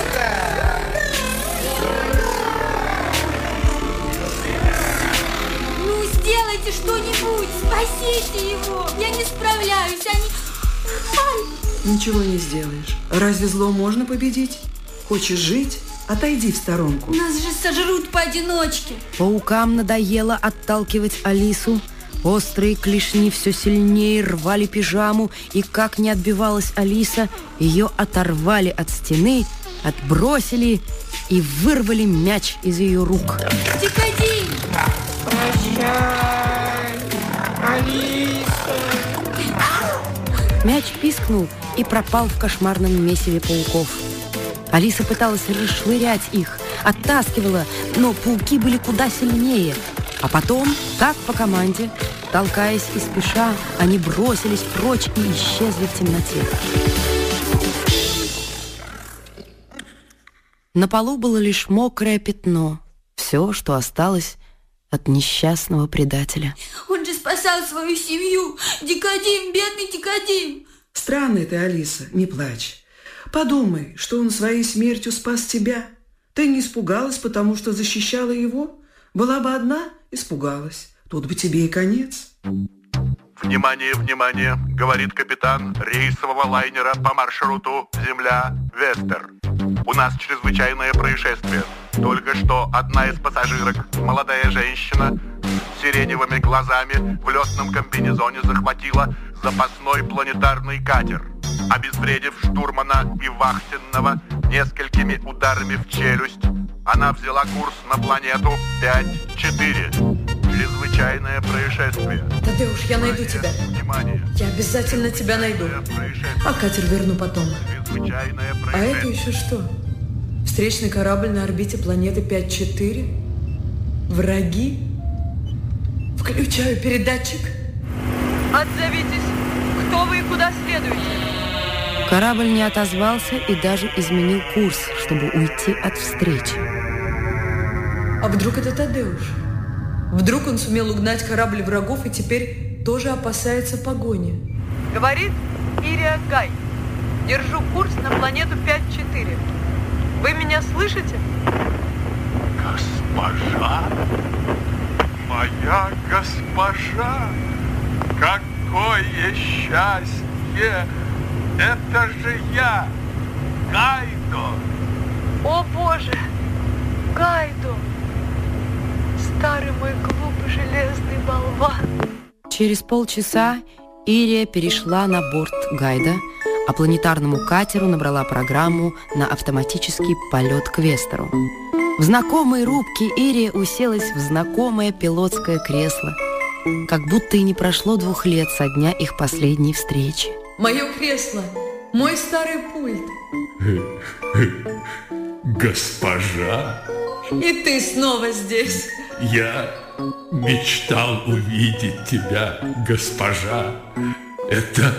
Ну, сделайте что-нибудь, спасите его. Я не справляюсь, они... Ничего не сделаешь. Разве зло можно победить? Хочешь жить? Отойди в сторонку. Нас же сожрут поодиночке. Паукам надоело отталкивать Алису. Острые клешни все сильнее рвали пижаму, и как не отбивалась Алиса, ее оторвали от стены, отбросили и вырвали мяч из ее рук. Дикодим! Прощай, Алиса! Мяч пискнул и пропал в кошмарном месиве пауков. Алиса пыталась расшвырять их, оттаскивала, но пауки были куда сильнее. А потом, как по команде, толкаясь и спеша, они бросились прочь и исчезли в темноте. На полу было лишь мокрое пятно. Все, что осталось от несчастного предателя. Он же спасал свою семью. Дикодим, бедный Дикодим. Странный ты, Алиса, не плачь. Подумай, что он своей смертью спас тебя. Ты не испугалась, потому что защищала его? Была бы одна, испугалась. Тут бы тебе и конец. Внимание, внимание, говорит капитан рейсового лайнера по маршруту Земля-Вестер. У нас чрезвычайное происшествие. Только что одна из пассажирок, молодая женщина с сиреневыми глазами, в летном комбинезоне захватила запасной планетарный катер. Обезвредив штурмана и вахтенного несколькими ударами в челюсть, она взяла курс на планету 5-4. Чрезвычайное происшествие. Тадеуш, я найду тебя. Внимание. Я обязательно тебя найду. А катер верну потом. А это еще что? Встречный корабль на орбите планеты 5-4? Враги? Включаю передатчик. Отзовитесь. Кто вы и куда следуете? Корабль не отозвался и даже изменил курс, чтобы уйти от встречи. А вдруг это Тадеуш? Вдруг он сумел угнать корабль врагов и теперь тоже опасается погони? Говорит Ирия Гай. Держу курс на планету 5-4. Вы меня слышите? Госпожа, моя госпожа, какое счастье! Это же я, Гайдо! О боже, Гайдо! Старый мой глупый железный болван! Через полчаса Ирия перешла на борт Гайда, а планетарному катеру набрала программу на автоматический полет к Вестеру. В знакомой рубке Ирия уселась в знакомое пилотское кресло, как будто и не прошло 2 лет со дня их последней встречи. Мое кресло, мой старый пульт. Госпожа, И ты снова здесь. я мечтал увидеть тебя, госпожа. Это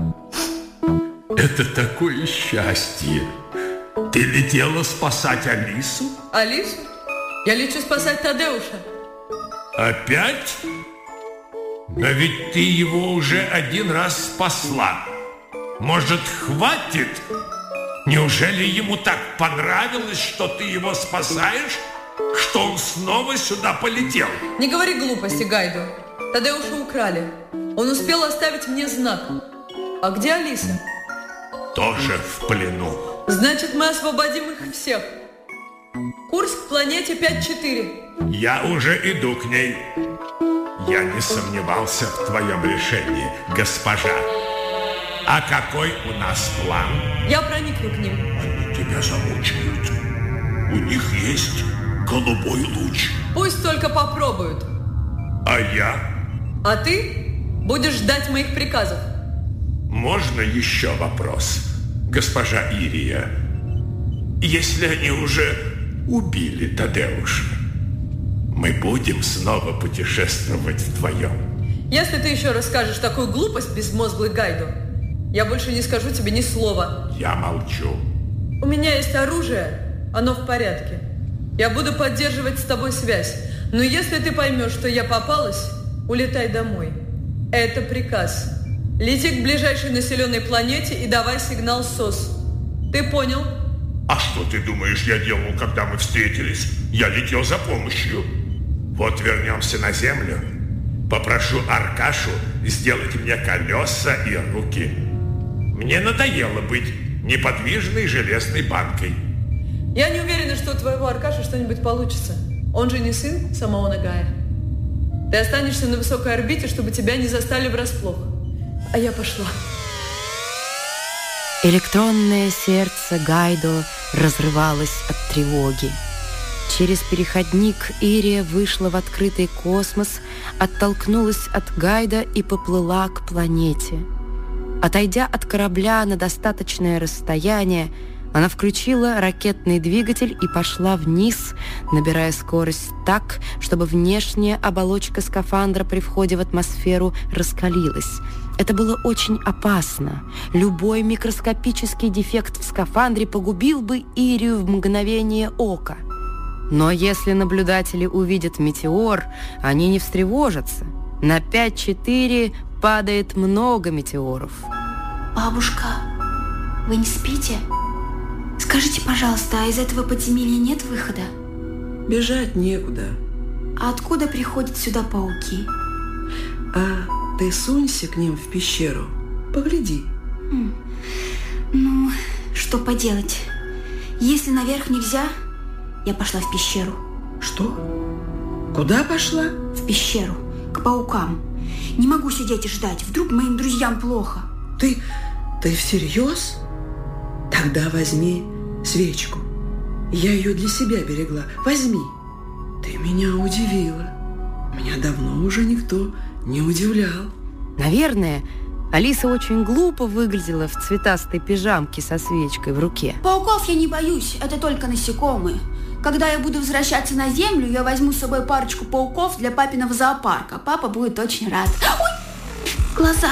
такое счастье. Ты летела спасать Алису? Алису? Я лечу спасать Тадеуша. Опять? Но ведь ты его уже 1 раз спасла. Может, хватит? Неужели ему так понравилось, что ты его спасаешь, что он снова сюда полетел? Не говори глупости, Гайдо. Тадеуша украли. Он успел оставить мне знак. А где Алиса? Тоже в плену. Значит, мы освободим их всех. Курс к планете 5-4. Я уже иду к ней. Я не сомневался в твоем решении, госпожа. А какой у нас план? Я проникну к ним. Они тебя замучают. У них есть голубой луч. Пусть только попробуют. А я? А ты будешь ждать моих приказов. Можно еще вопрос, госпожа Ирия? если они уже убили Тадеуша? Мы будем снова путешествовать вдвоем. Если ты еще расскажешь такую глупость, безмозглый Гайдо, я больше не скажу тебе ни слова. Я молчу. У меня есть оружие, оно в порядке. Я буду поддерживать с тобой связь. Но если ты поймешь, что я попалась, улетай домой. Это приказ. Лети к ближайшей населенной планете и давай сигнал СОС. Ты понял? А что ты думаешь, я делал, когда мы встретились? Я летел за помощью. Вот вернемся на Землю. Попрошу Аркашу сделать мне колеса и руки. Мне надоело быть неподвижной железной банкой. Я не уверена, что у твоего Аркаши что-нибудь получится. Он же не сын самого Нагая. Ты останешься на высокой орбите, чтобы тебя не застали врасплох. А я пошла. Электронное сердце Гайдо разрывалось от тревоги. Через переходник Ирия вышла в открытый космос, оттолкнулась от Гайда и поплыла к планете. Отойдя от корабля на достаточное расстояние, она включила ракетный двигатель и пошла вниз, набирая скорость так, чтобы внешняя оболочка скафандра при входе в атмосферу раскалилась. Это было очень опасно. Любой микроскопический дефект в скафандре погубил бы Ирию в мгновение ока. Но если наблюдатели увидят метеор, они не встревожатся. На 5-4 падает много метеоров. Бабушка, вы не спите? Скажите, пожалуйста, а из этого подземелья нет выхода? Бежать некуда. А откуда приходят сюда пауки? А ты сунься к ним в пещеру, погляди. Ну, что поделать? Если наверх нельзя, я пошла в пещеру. Что? Куда пошла? В пещеру, к паукам. Не могу сидеть и ждать, вдруг моим друзьям плохо. Ты всерьез? Тогда возьми свечку. Я ее для себя берегла. Возьми. Ты меня удивила. Меня давно уже никто не удивлял. Наверное, Алиса очень глупо выглядела в цветастой пижамке со свечкой в руке. Пауков я не боюсь, это только насекомые. Когда я буду возвращаться на Землю, я возьму с собой парочку пауков для папиного зоопарка. Папа будет очень рад. Ой, глаза.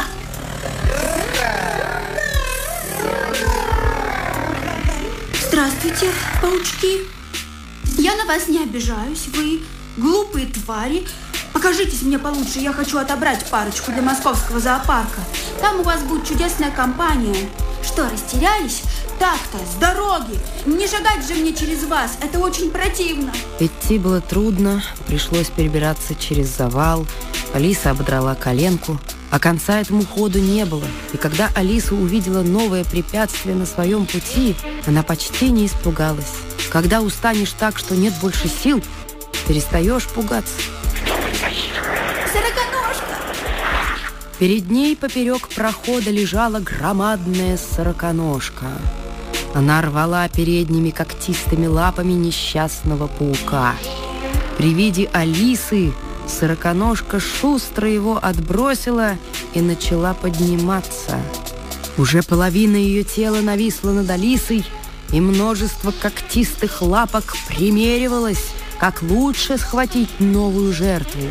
Здравствуйте, паучки. Я на вас не обижаюсь, вы глупые твари. Покажитесь мне получше, я хочу отобрать парочку для московского зоопарка. Там у вас будет чудесная компания. Что, растерялись? Так-то, с дороги. Не шагать же мне через вас, это очень противно. Идти было трудно, пришлось перебираться через завал. Алиса ободрала коленку, а конца этому ходу не было. И когда Алиса увидела новое препятствие на своем пути, она почти не испугалась. Когда устанешь так, что нет больше сил, перестаешь пугаться. Сороконожка! Перед ней поперек прохода лежала громадная сороконожка. Она рвала передними когтистыми лапами несчастного паука. При виде Алисы сороконожка шустро его отбросила и начала подниматься. Уже половина ее тела нависла над Алисой, и множество когтистых лапок примеривалось, как лучше схватить новую жертву.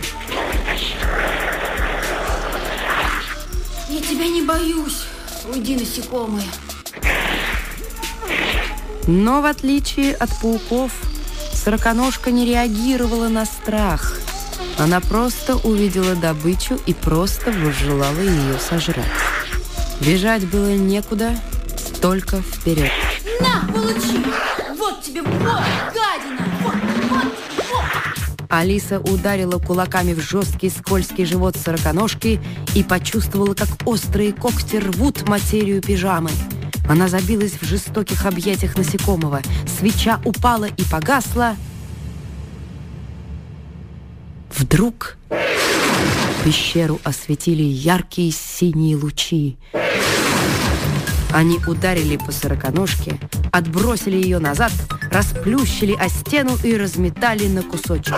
Я тебя не боюсь. Уйди, насекомые. Но в отличие от пауков, сороконожка не реагировала на страх. Она просто увидела добычу и просто возжелала ее сожрать. Бежать было некуда, только вперед. На, получи! Вот тебе, вот, гадина! Вот. Алиса ударила кулаками в жесткий скользкий живот сороконожки и почувствовала, как острые когти рвут материю пижамы. Она забилась в жестоких объятиях насекомого. Свеча упала и погасла. Вдруг пещеру осветили яркие синие лучи. Они ударили по сороконожке, отбросили ее назад, расплющили о стену и разметали на кусочки.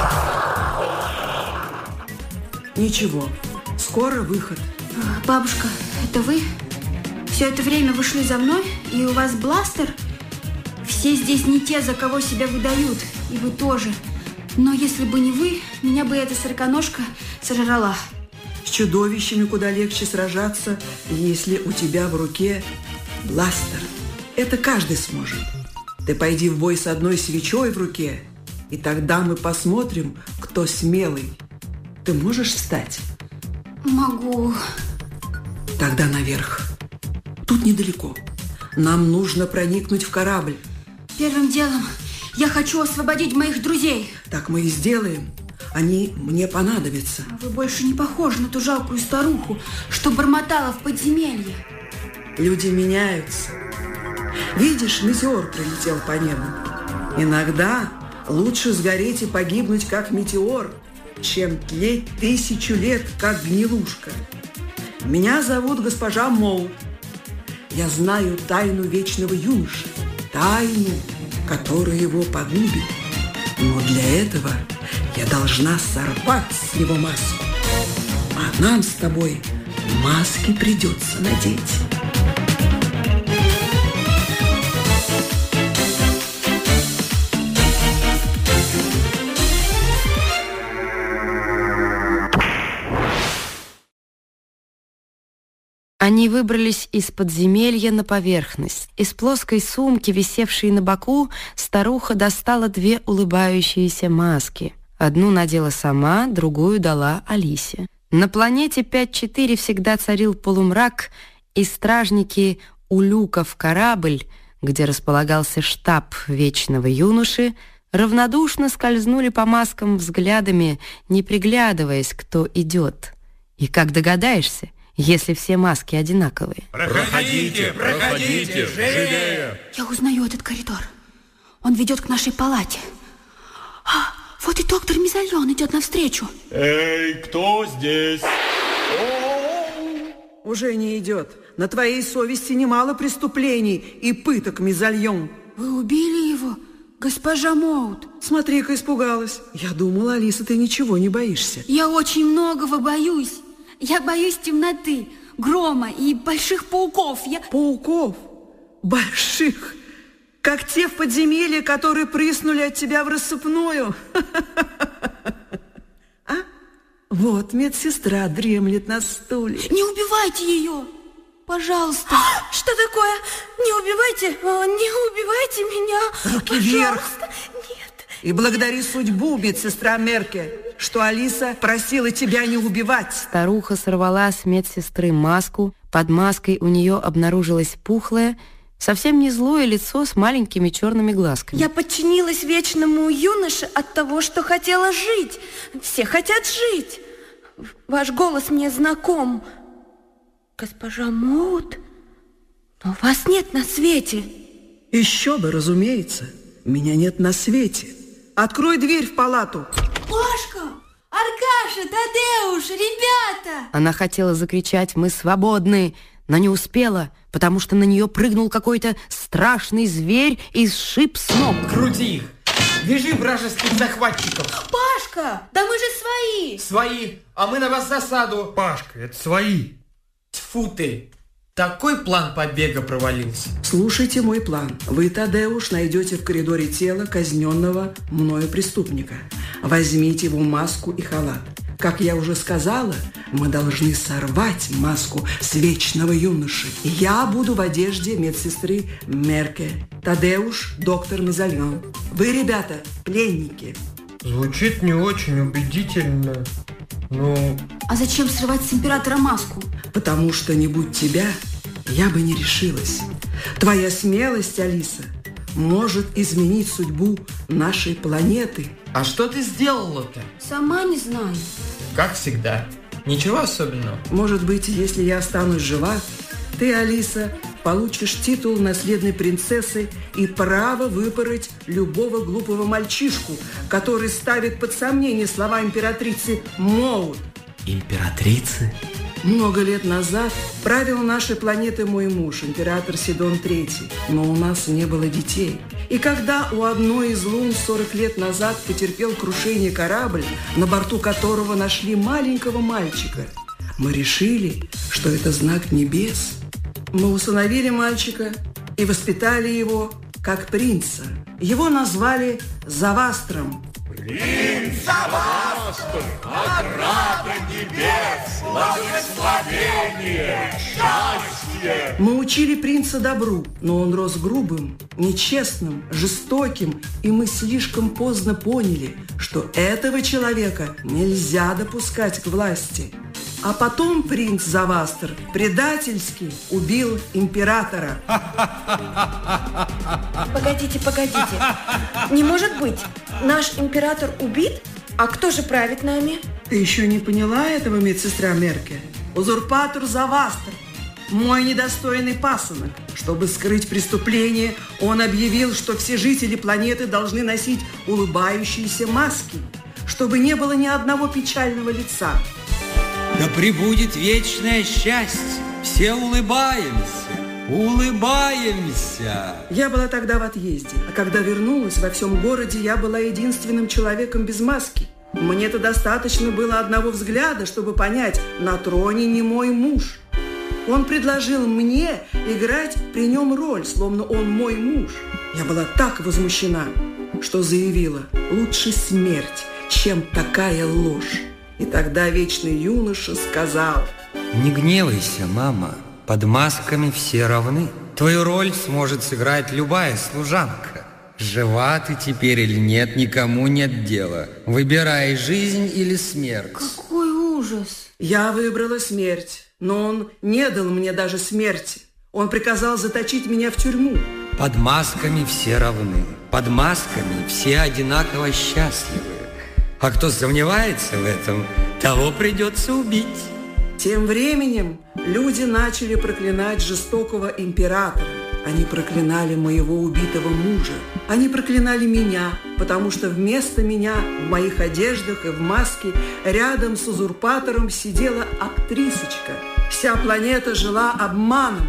Ничего, скоро выход. Бабушка, это вы? Все это время вы шли за мной, и у вас бластер? Все здесь не те, за кого себя выдают, и вы тоже. Но если бы не вы, меня бы эта сороконожка сожрала. С чудовищами куда легче сражаться, если у тебя в руке бластер. Это каждый сможет. Ты пойди в бой с одной свечой в руке, и тогда мы посмотрим, кто смелый. Ты можешь встать? Могу. Тогда наверх. Тут недалеко. Нам нужно проникнуть в корабль. Первым делом я хочу освободить моих друзей. Так мы и сделаем. Они мне понадобятся. Вы больше не похожи на ту жалкую старуху, что бормотала в подземелье. Люди меняются. Видишь, метеор пролетел по небу. Иногда лучше сгореть и погибнуть, как метеор, чем тлеть 1000 лет, как гнилушка. Меня зовут госпожа Моут. Я знаю тайну вечного юноши, тайну, которая его погубит. Но для этого я должна сорвать с него маску. А нам с тобой маски придется надеть. Они выбрались из подземелья на поверхность. Из плоской сумки, висевшей на боку, старуха достала 2 улыбающиеся маски. Одну надела сама, другую дала Алисе. На планете 5-4 всегда царил полумрак, и стражники у люка в корабль, где располагался штаб Вечного Юноши, равнодушно скользнули по маскам взглядами, не приглядываясь, кто идет. И как догадаешься, если все маски одинаковые? Проходите, проходите, живее! Я узнаю этот коридор. Он ведет к нашей палате. Вот и доктор Мизальон идет навстречу. Эй, кто здесь? Уже не идет. На твоей совести немало преступлений и пыток, Мизальон. Вы убили его, госпожа Моут? Смотри-ка, испугалась. Я думала, Алиса, ты ничего не боишься. Я очень многого боюсь. Я боюсь темноты, грома и больших пауков. Пауков? Больших? Как те в подземелье, которые прыснули от тебя в рассыпную? А? Вот медсестра дремлет на стуле. Не убивайте ее! Пожалуйста. Что такое? Не убивайте меня. Руки вверх. Нет. И благодари судьбу, медсестра Мерке, что Алиса просила тебя не убивать. Старуха сорвала с медсестры маску. Под маской у нее обнаружилось пухлое, совсем не злое лицо с маленькими черными глазками. Я подчинилась вечному юноше от того, что хотела жить. Все хотят жить. Ваш голос мне знаком. Госпожа Моут, но вас нет на свете. Еще бы, разумеется. Меня нет на свете. Открой дверь в палату. Пашка! Аркаша! Тадеуш! Ребята! Она хотела закричать «Мы свободны!», но не успела, потому что на нее прыгнул какой-то страшный зверь и сшиб с ног. Крути их! Вяжи вражеских захватчиков! Пашка! Да мы же свои! Свои! А мы на вас засаду! Пашка, это свои! Тьфу ты! Такой план побега провалился. Слушайте мой план. Вы, Тадеуш, найдете в коридоре тело казненного мною преступника. Возьмите его маску и халат. Как я уже сказала, мы должны сорвать маску с вечного юноши. Я буду в одежде медсестры Мерке. Тадеуш, доктор Мизальон. Вы, ребята, пленники. Звучит не очень убедительно. А зачем срывать с императора маску? Потому что, не будь тебя, я бы не решилась. Твоя смелость, Алиса, может изменить судьбу нашей планеты. А что ты сделала-то? Сама не знаю. Как всегда. Ничего особенного. Может быть, если я останусь жива, ты, Алиса, получишь титул наследной принцессы и право выпороть любого глупого мальчишку, который ставит под сомнение слова императрицы Моут. Императрицы? Много лет назад правил нашей планеты мой муж, император Сидон III, но у нас не было детей. И когда у одной из лун 40 лет назад потерпел крушение корабль, на борту которого нашли маленького мальчика, мы решили, что это знак небес. Мы усыновили мальчика и воспитали его как принца. Его назвали Завастром. Принц Завастр, ограда небес, благословение, счастье. Мы учили принца добру, но он рос грубым, нечестным, жестоким, и мы слишком поздно поняли, что этого человека нельзя допускать к власти. А потом принц Завастр предательски убил императора. Погодите. Не может быть. Наш император убит? А кто же правит нами? Ты еще не поняла этого, медсестра Мерке? Узурпатор Завастр, мой недостойный пасынок. Чтобы скрыть преступление, он объявил, что все жители планеты должны носить улыбающиеся маски, чтобы не было ни одного печального лица. Да пребудет вечное счастье. Все улыбаемся. Я была тогда в отъезде, а когда вернулась, во всем городе я была единственным человеком без маски. Мне-то достаточно было одного взгляда, чтобы понять, на троне не мой муж. Он предложил мне играть при нем роль, словно он мой муж. Я была так возмущена, что заявила: лучше смерть, чем такая ложь. И тогда вечный юноша сказал: не гневайся, мама, под масками все равны. Твою роль сможет сыграть любая служанка. Жива ты теперь или нет, никому нет дела. Выбирай, жизнь или смерть. Какой ужас! Я выбрала смерть, но он не дал мне даже смерти. Он приказал заточить меня в тюрьму. Под масками все равны. Под масками все одинаково счастливы. А кто сомневается в этом, того придется убить. Тем временем люди начали проклинать жестокого императора. Они проклинали моего убитого мужа. Они проклинали меня, потому что вместо меня в моих одеждах и в маске рядом с узурпатором сидела актрисочка. Вся планета жила обманом.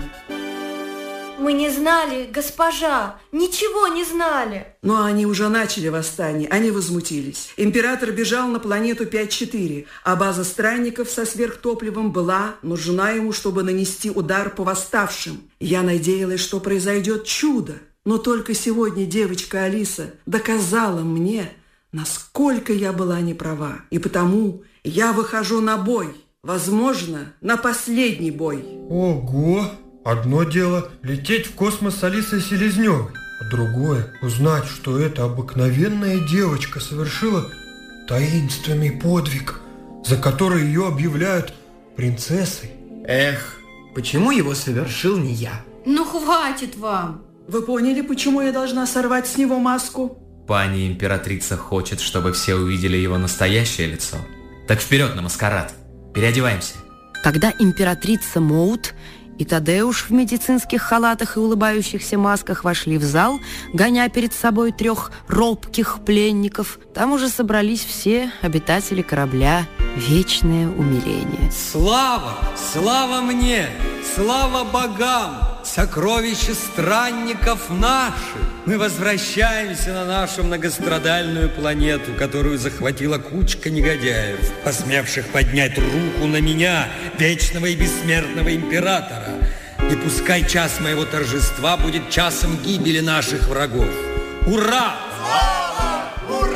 Мы не знали, госпожа, ничего не знали. Но они уже начали восстание, они возмутились. Император бежал на планету 5-4, а база странников со сверхтопливом была нужна ему, чтобы нанести удар по восставшим. Я надеялась, что произойдет чудо. Но только сегодня девочка Алиса доказала мне, насколько я была неправа. И потому я выхожу на бой. Возможно, на последний бой. Ого! Одно дело лететь в космос с Алисой Селезневой, а другое узнать, что эта обыкновенная девочка совершила таинственный подвиг, за который ее объявляют принцессой. Эх, почему его совершил не я? Ну хватит вам! Вы поняли, почему я должна сорвать с него маску? Пани императрица хочет, чтобы все увидели его настоящее лицо. Так вперед на маскарад. Переодеваемся. Когда императрица Моут и Тадеуш в медицинских халатах и улыбающихся масках вошли в зал, гоня перед собой 3 робких пленников, там уже собрались все обитатели корабля «Вечное умиление». Слава! Слава мне! Слава богам! Сокровища странников наши! Мы возвращаемся на нашу многострадальную планету, которую захватила кучка негодяев, посмевших поднять руку на меня, вечного и бессмертного императора. И пускай час моего торжества будет часом гибели наших врагов. Ура! Слава!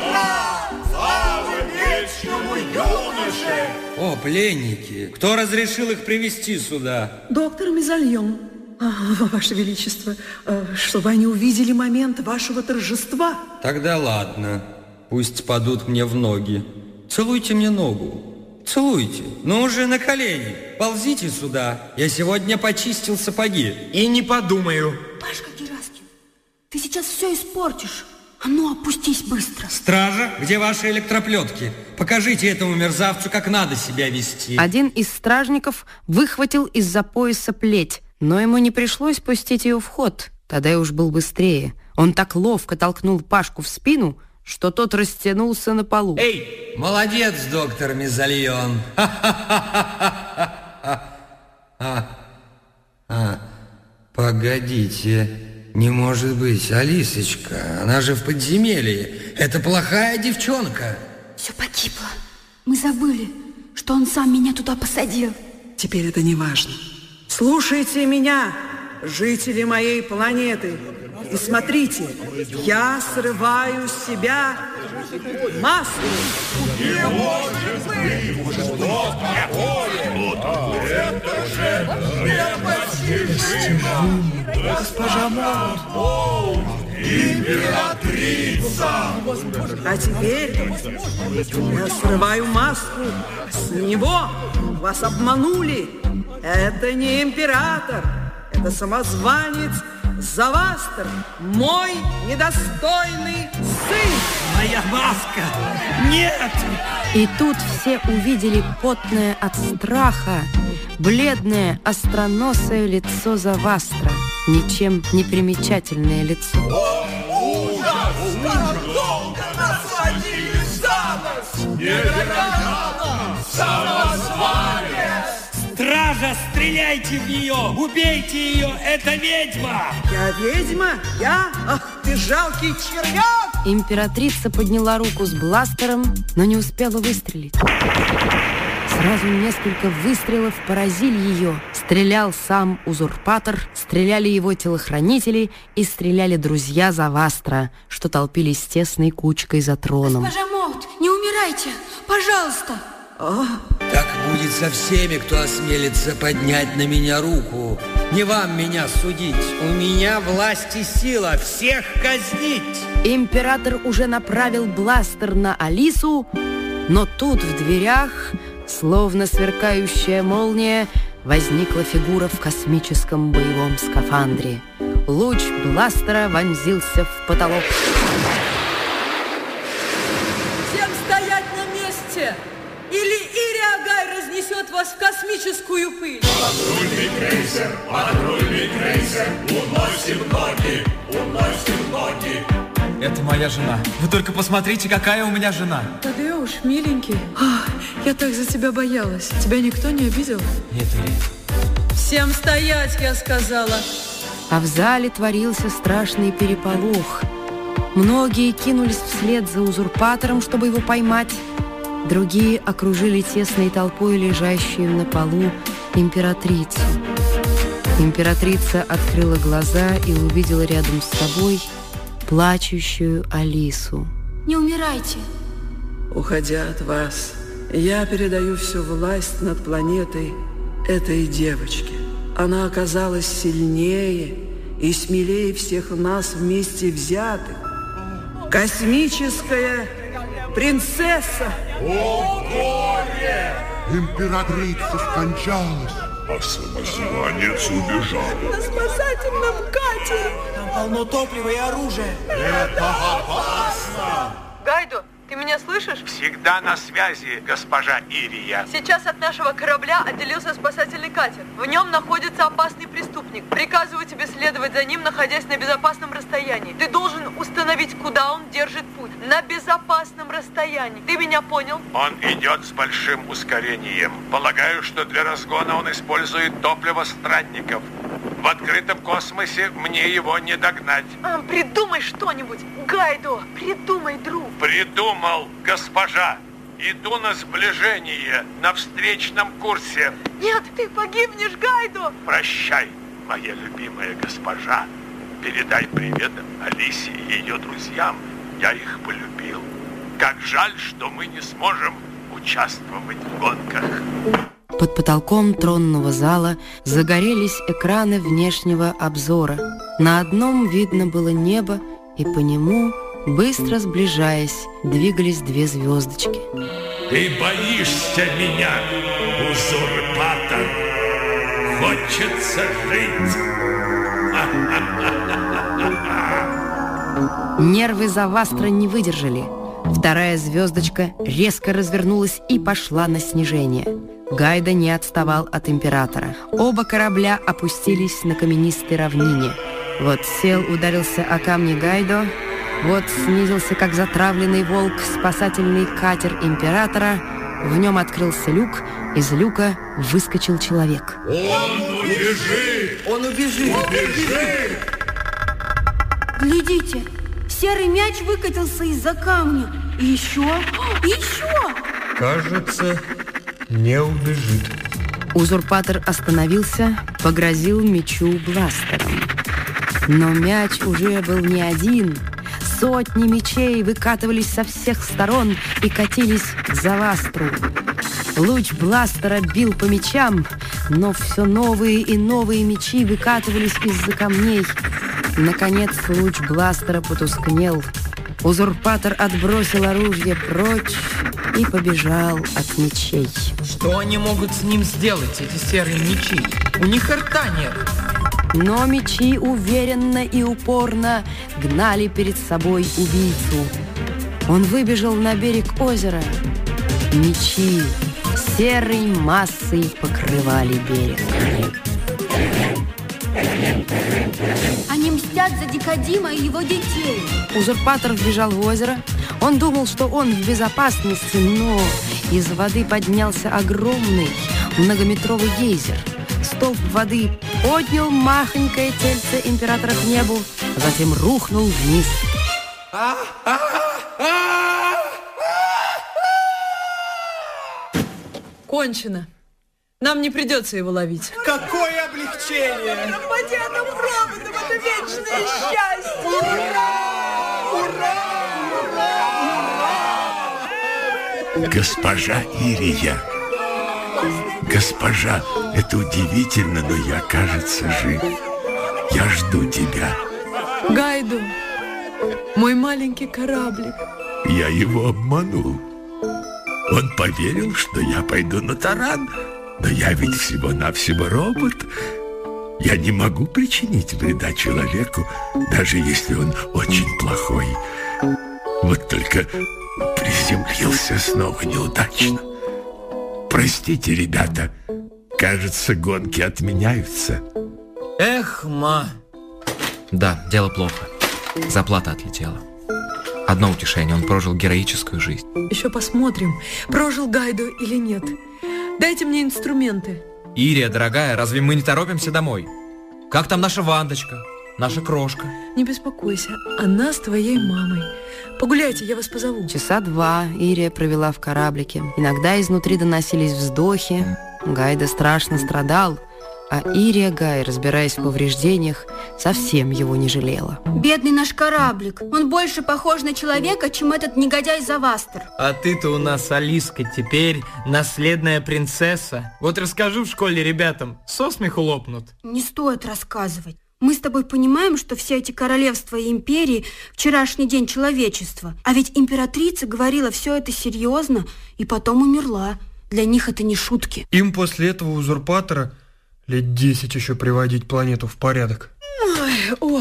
Ура! Слава вечному юноше! О, пленники! Кто разрешил их привести сюда? Доктор Мезальон. Ваше Величество, чтобы они увидели момент вашего торжества. Тогда ладно, пусть падут мне в ноги. Целуйте мне ногу, целуйте, но уже на колени. Ползите сюда, я сегодня почистил сапоги. И не подумаю. Пашка Гераскин, ты сейчас все испортишь. А ну, опустись быстро. Стража, где ваши электроплетки? Покажите этому мерзавцу, как надо себя вести. Один из стражников выхватил из-за пояса плеть, но ему не пришлось пустить ее в ход. Тадеуш был быстрее. Он так ловко толкнул Пашку в спину, что тот растянулся на полу. Эй! Молодец, доктор Мезальон. Погодите, не может быть, Алисочка, она же в подземелье. Это плохая девчонка. Все погибло. Мы забыли, что он сам меня туда посадил. Теперь это не важно. Слушайте меня, жители моей планеты. И смотрите, я срываю с себя маску. Не может быть, что такое? Это же непостижимо. Госпожа Мод, императрица. А теперь я срываю маску. С него вас обманули. Это не император, это самозванец Завастр, мой недостойный сын. Моя маска! Нет! И тут все увидели потное от страха, бледное, остроносое лицо Завастра, ничем не примечательное лицо. Ужас! Как долго нас водили за нос! Невероятно! Самозванец! Стража, стреляйте в нее! Убейте ее! Это ведьма! Я ведьма? Я? Ах ты жалкий червяк! Императрица подняла руку с бластером, но не успела выстрелить. Сразу несколько выстрелов поразили ее. Стрелял сам узурпатор, стреляли его телохранители и стреляли друзья Завастра, что толпились тесной кучкой за троном. Госпожа Мод, не умирайте, пожалуйста. Так будет со всеми, кто осмелится поднять на меня руку. Не вам меня судить. У меня власть и сила всех казнить. Император уже направил бластер на Алису, но тут в дверях, словно сверкающая молния, возникла фигура в космическом боевом скафандре. Луч бластера вонзился в потолок. Всем стоять на месте! Или Ириагай разнесет вас в космическую пыль! Патрульный крейсер, уносим ноги! Это моя жена. Вы только посмотрите, какая у меня жена. Тадеуш, миленький, я так за тебя боялась. Тебя никто не обидел? Нет, Ири. Всем стоять, я сказала. А в зале творился страшный переполох. Многие кинулись вслед за узурпатором, чтобы его поймать. Другие окружили тесной толпой лежащую на полу императрицу. Императрица открыла глаза и увидела рядом с собой плачущую Алису. Не умирайте. Уходя от вас, я передаю всю власть над планетой этой девочке. Она оказалась сильнее и смелее всех нас вместе взятых. Космическая принцесса! О, горе! Императрица скончалась, а самозванец убежал. На спасательном катере! Там полно топлива и оружия. Это опасно! Гайдо, ты меня слышишь? Всегда на связи, госпожа Ирия. Сейчас от нашего корабля отделился спасательный катер. В нем находится опасный преступник. Приказываю тебе следовать за ним, находясь на безопасном расстоянии. Ты должен установить, куда он держит путь. На безопасном расстоянии. Ты меня понял? Он идет с большим ускорением. Полагаю, что для разгона он использует топливо странников. В открытом космосе мне его не догнать. Придумай что-нибудь. Гайдо, придумай, друг. Придумал, госпожа. Иду на сближение, на встречном курсе. Нет, ты погибнешь, Гайдо. Прощай, моя любимая госпожа. Передай привет Алисе и ее друзьям. Я их полюбил. Как жаль, что мы не сможем участвовать в гонках. Под потолком тронного зала загорелись экраны внешнего обзора. На одном видно было небо, и по нему, быстро сближаясь, двигались две звездочки. Ты боишься меня, узурпатор? Хочется жить. Нервы Завастра не выдержали. Вторая звездочка резко развернулась и пошла на снижение. Гайдо не отставал от императора. Оба корабля опустились на каменистой равнине. Вот сел, ударился о камни Гайдо, вот снизился, как затравленный волк, спасательный катер императора. В нем открылся люк, из люка выскочил человек. Он убежит! Он убежит! Убежит! Глядите, серый мяч выкатился из-за камня. И еще, и еще. Кажется, не убежит. Узурпатор остановился, погрозил мячу бластером. Но мяч уже был не один. Сотни мячей выкатывались со всех сторон и катились к Завастру. Луч бластера бил по мячам, но все новые и новые мячи выкатывались из-за камней. Наконец луч бластера потускнел. Узурпатор отбросил оружие прочь и побежал от мечей. Что они могут с ним сделать, эти серые мечи? У них рта нет. Но мечи уверенно и упорно гнали перед собой убийцу. Он выбежал на берег озера. Мечи серой массой покрывали берег. Они мстят за Дикодима и его детей. Узурпатор вбежал в озеро. Он думал, что он в безопасности, но из воды поднялся огромный многометровый гейзер. Столб воды поднял махонькое тельце императора к небу, а затем рухнул вниз. Кончено. Нам не придется его ловить. Какое облегчение! По тем проводам это вечное счастье! Ура! Госпожа Ирия. Госпожа, это удивительно, но я, кажется, жив. Я жду тебя. Гайдо, мой маленький кораблик. Я его обманул. Он поверил, что я пойду на таран. Но я ведь всего-навсего робот. Я не могу причинить вреда человеку, даже если он очень плохой. Вот только приземлился снова неудачно. Простите, ребята, кажется, гонки отменяются. Эх, ма. Да, дело плохо. Заплата отлетела. Одно утешение, он прожил героическую жизнь. Еще посмотрим, прожил Гайдо или нет. Дайте мне инструменты. Ирия, дорогая, разве мы не торопимся домой? Как там наша Вандочка, наша крошка? Не беспокойся, она с твоей мамой. Погуляйте, я вас позову. Часа 2 Ирия провела в кораблике. Иногда изнутри доносились вздохи. Гайдо страшно страдал, а Ирия Гай, разбираясь в повреждениях, совсем его не жалела. Бедный наш кораблик. Он больше похож на человека, чем этот негодяй Завастр. А ты-то у нас, Алиска, теперь наследная принцесса. Вот расскажу в школе ребятам, со смеху лопнут. Не стоит рассказывать. Мы с тобой понимаем, что все эти королевства и империи – вчерашний день человечества. А ведь императрица говорила все это серьезно и потом умерла. Для них это не шутки. Им после этого узурпатора лет 10 еще приводить планету в порядок. Ой,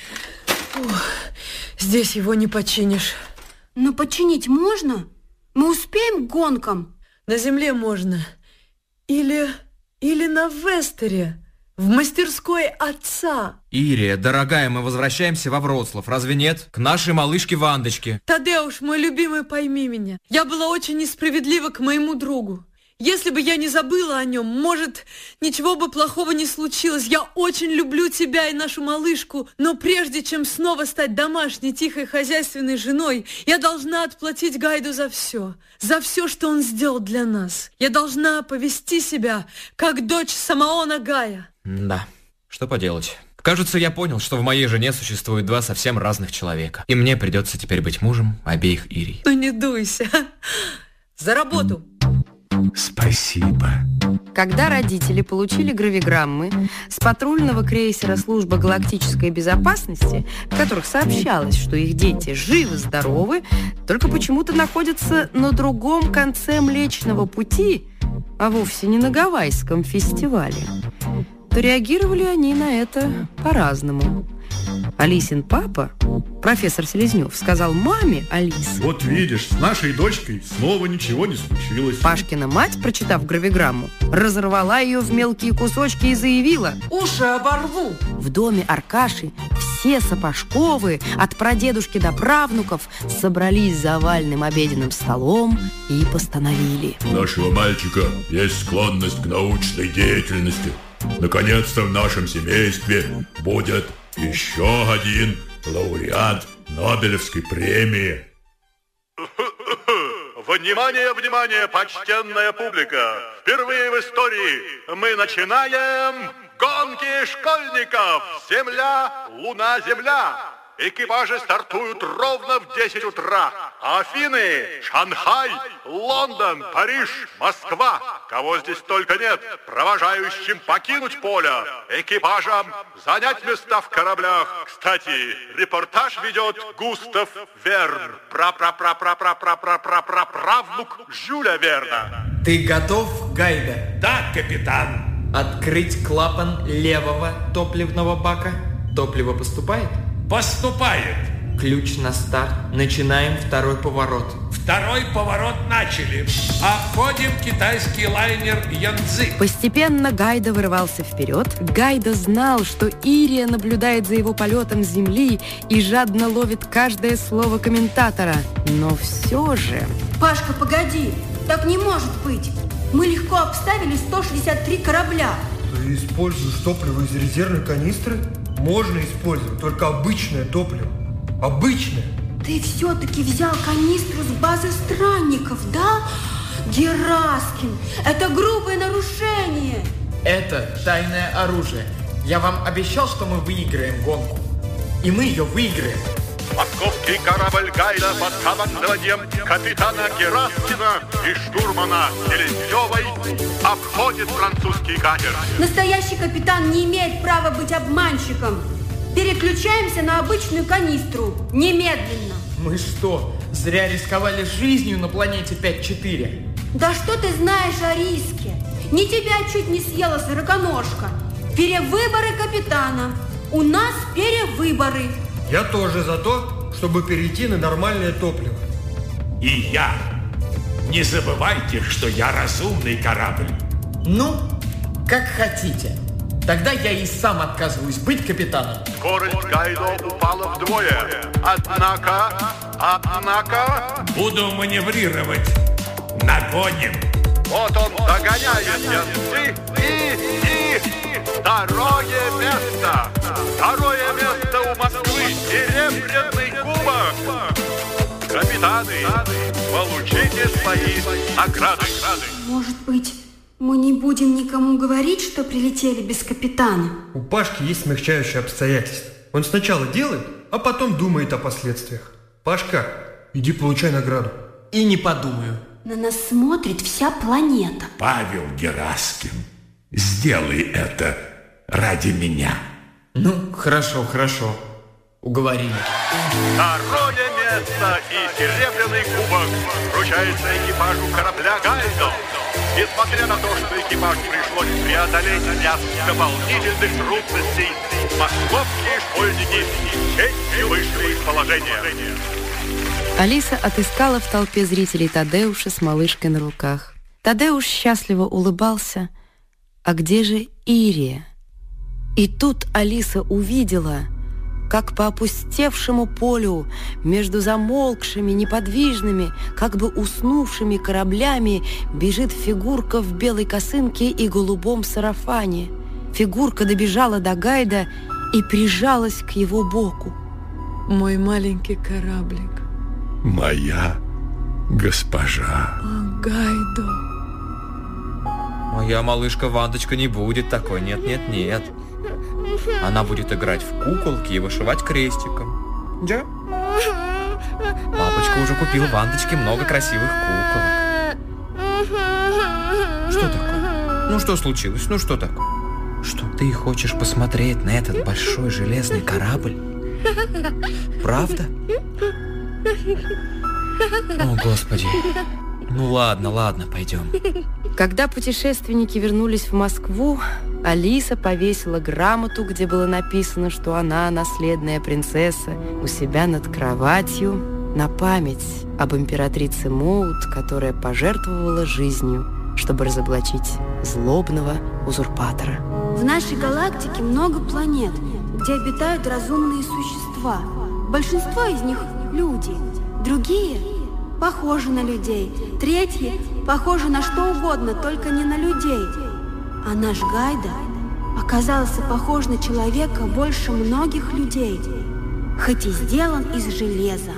здесь его не починишь. Но починить можно? Мы успеем к гонкам? На Земле можно. Или на Вестере. В мастерской отца. Ирия, дорогая, мы возвращаемся во Вроцлав, разве нет? К нашей малышке Вандочке. Тадеуш, мой любимый, пойми меня. Я была очень несправедлива к моему другу. Если бы я не забыла о нем, может, ничего бы плохого не случилось. Я очень люблю тебя и нашу малышку, но прежде чем снова стать домашней, тихой, хозяйственной женой, я должна отплатить Гайду за все, что он сделал для нас. Я должна повести себя, как дочь Самаона Гая. Да, что поделать. Кажется, я понял, что в моей жене существует два совсем разных человека, и мне придется теперь быть мужем обеих Ирий. Ну не дуйся. За работу! Спасибо. Когда родители получили гравиграммы с патрульного крейсера «Служба галактической безопасности», в которых сообщалось, что их дети живы-здоровы, только почему-то находятся на другом конце Млечного Пути, а вовсе не на Гавайском фестивале, то реагировали они на это по-разному. Алисин папа, профессор Селезнев, сказал маме Алисы: вот видишь, с нашей дочкой снова ничего не случилось. Пашкина мать, прочитав гравиграмму, разорвала ее в мелкие кусочки и заявила: уши оборву. В доме Аркаши все Сапожковы, от прадедушки до правнуков, собрались за овальным обеденным столом и постановили: у нашего мальчика есть склонность к научной деятельности. Наконец-то в нашем семействе будет еще один лауреат Нобелевской премии. Внимание, внимание, почтенная публика! впервые в истории мы начинаем гонки школьников. Земля, Луна, Земля. Экипажи стартуют ровно в 10 утра. Афины, Шанхай, Лондон, Париж, Москва. Кого здесь только нет. Провожающим покинуть поле. Экипажам занять места в кораблях. Кстати, репортаж ведет Густав Верн. Правнук Жюля Верна. Ты готов, Гайда? Да, капитан. Открыть клапан левого топливного бака. Топливо поступает? Поступает. Ключ на старт. Начинаем второй поворот. Второй поворот начали. Обходим китайский лайнер Янцзы. Постепенно Гайдо вырывался вперед. Гайдо знал, что Ирия наблюдает за его полетом с земли и жадно ловит каждое слово комментатора. Но все же... Пашка, погоди! Так не может быть! Мы легко обставили 163 корабля. Ты используешь топливо из резервной канистры? Можно использовать только обычное топливо. Обычное. Ты все-таки взял канистру с базы странников, да? Гераскин, это грубое нарушение. Это тайное оружие. Я вам обещал, что мы выиграем гонку. И мы ее выиграем. Московский корабль Гайда под командованием капитана Гераскина и штурмана Селезневой обходит французский катер. Настоящий капитан не имеет права быть обманщиком. Переключаемся на обычную канистру. Немедленно. Мы что, зря рисковали жизнью на планете 5-4? Да что ты знаешь о риске? Не тебя чуть не съела сороконожка. Перевыборы капитана. У нас перевыборы. Я тоже за то, чтобы перейти на нормальное топливо. И я. Не забывайте, что я разумный корабль. Ну, как хотите. Тогда я и сам отказываюсь быть капитаном. Скорость Гайдо упала вдвое. Однако... Буду маневрировать. Нагоним. Вот он догоняет Янцзы и... Второе место! Второе место у Москвы! Серебряный кубок! Капитаны, получите свои награды! Может быть, мы не будем никому говорить, что прилетели без капитана? У Пашки есть смягчающие обстоятельства. Он сначала делает, а потом думает о последствиях. Пашка, иди получай награду. И не подумаю. На нас смотрит вся планета. Павел Гераскин, сделай это ради меня. Ну, хорошо. Уговорили. Второе место и серебряный кубок вручается экипажу корабля Гайдо. Несмотря на то, что экипажу пришлось преодолеть ряд дополнительных трудностей, московские школьники с честью вышли из положения. Алиса отыскала в толпе зрителей Тадеуша с малышкой на руках. Тадеуш счастливо улыбался. А где же Ирия? И тут Алиса увидела, как по опустевшему полю между замолкшими, неподвижными, как бы уснувшими кораблями бежит фигурка в белой косынке и голубом сарафане. Фигурка добежала до Гайда и прижалась к его боку. Мой маленький кораблик. Моя госпожа. Гайдо. Моя малышка Вандочка не будет такой, нет. Она будет играть в куколки и вышивать крестиком. Да? Папочка уже купил Вандочке много красивых куколок. Что такое? Ну что случилось? Ну что такое? Что ты хочешь посмотреть на этот большой железный корабль? Правда? О, Господи. Ну ладно, пойдем. Когда путешественники вернулись в Москву, Алиса повесила грамоту, где было написано, что она наследная принцесса, у себя над кроватью, на память об императрице Моут, которая пожертвовала жизнью, чтобы разоблачить злобного узурпатора. В нашей галактике много планет, где обитают разумные существа. Большинство из них – люди, другие – похожи на людей, третьи похожи на что угодно, только не на людей. А наш Гайдо оказался похож на человека больше многих людей, хоть и сделан из железа.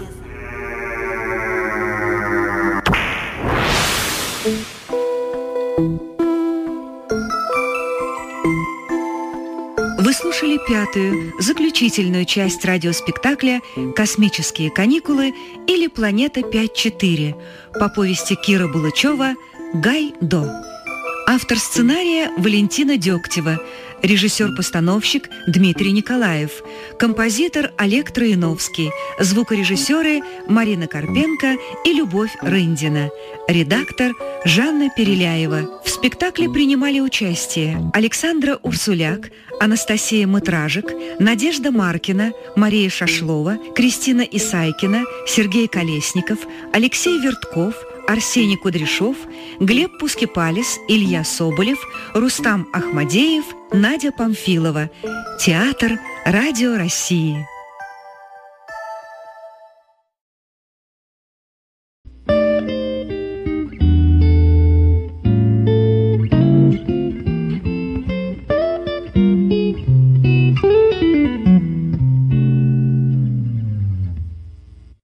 слушали пятую, заключительную часть радиоспектакля «Космические каникулы» или «Планета 5-4» по повести Киры Булычева «Гай-До». Автор сценария Валентина Дегтева, режиссер-постановщик Дмитрий Николаев, композитор Олег Троиновский, звукорежиссеры Марина Карпенко и Любовь Рындина, редактор Жанна Переляева. В спектакле принимали участие Александра Урсуляк, Анастасия Мытражик, Надежда Маркина, Мария Шашлова, Кристина Исайкина, Сергей Колесников, Алексей Вертков, Арсений Кудряшов, Глеб Пускипалис, Илья Соболев, Рустам Ахмадеев, Надя Памфилова. Театр Радио России.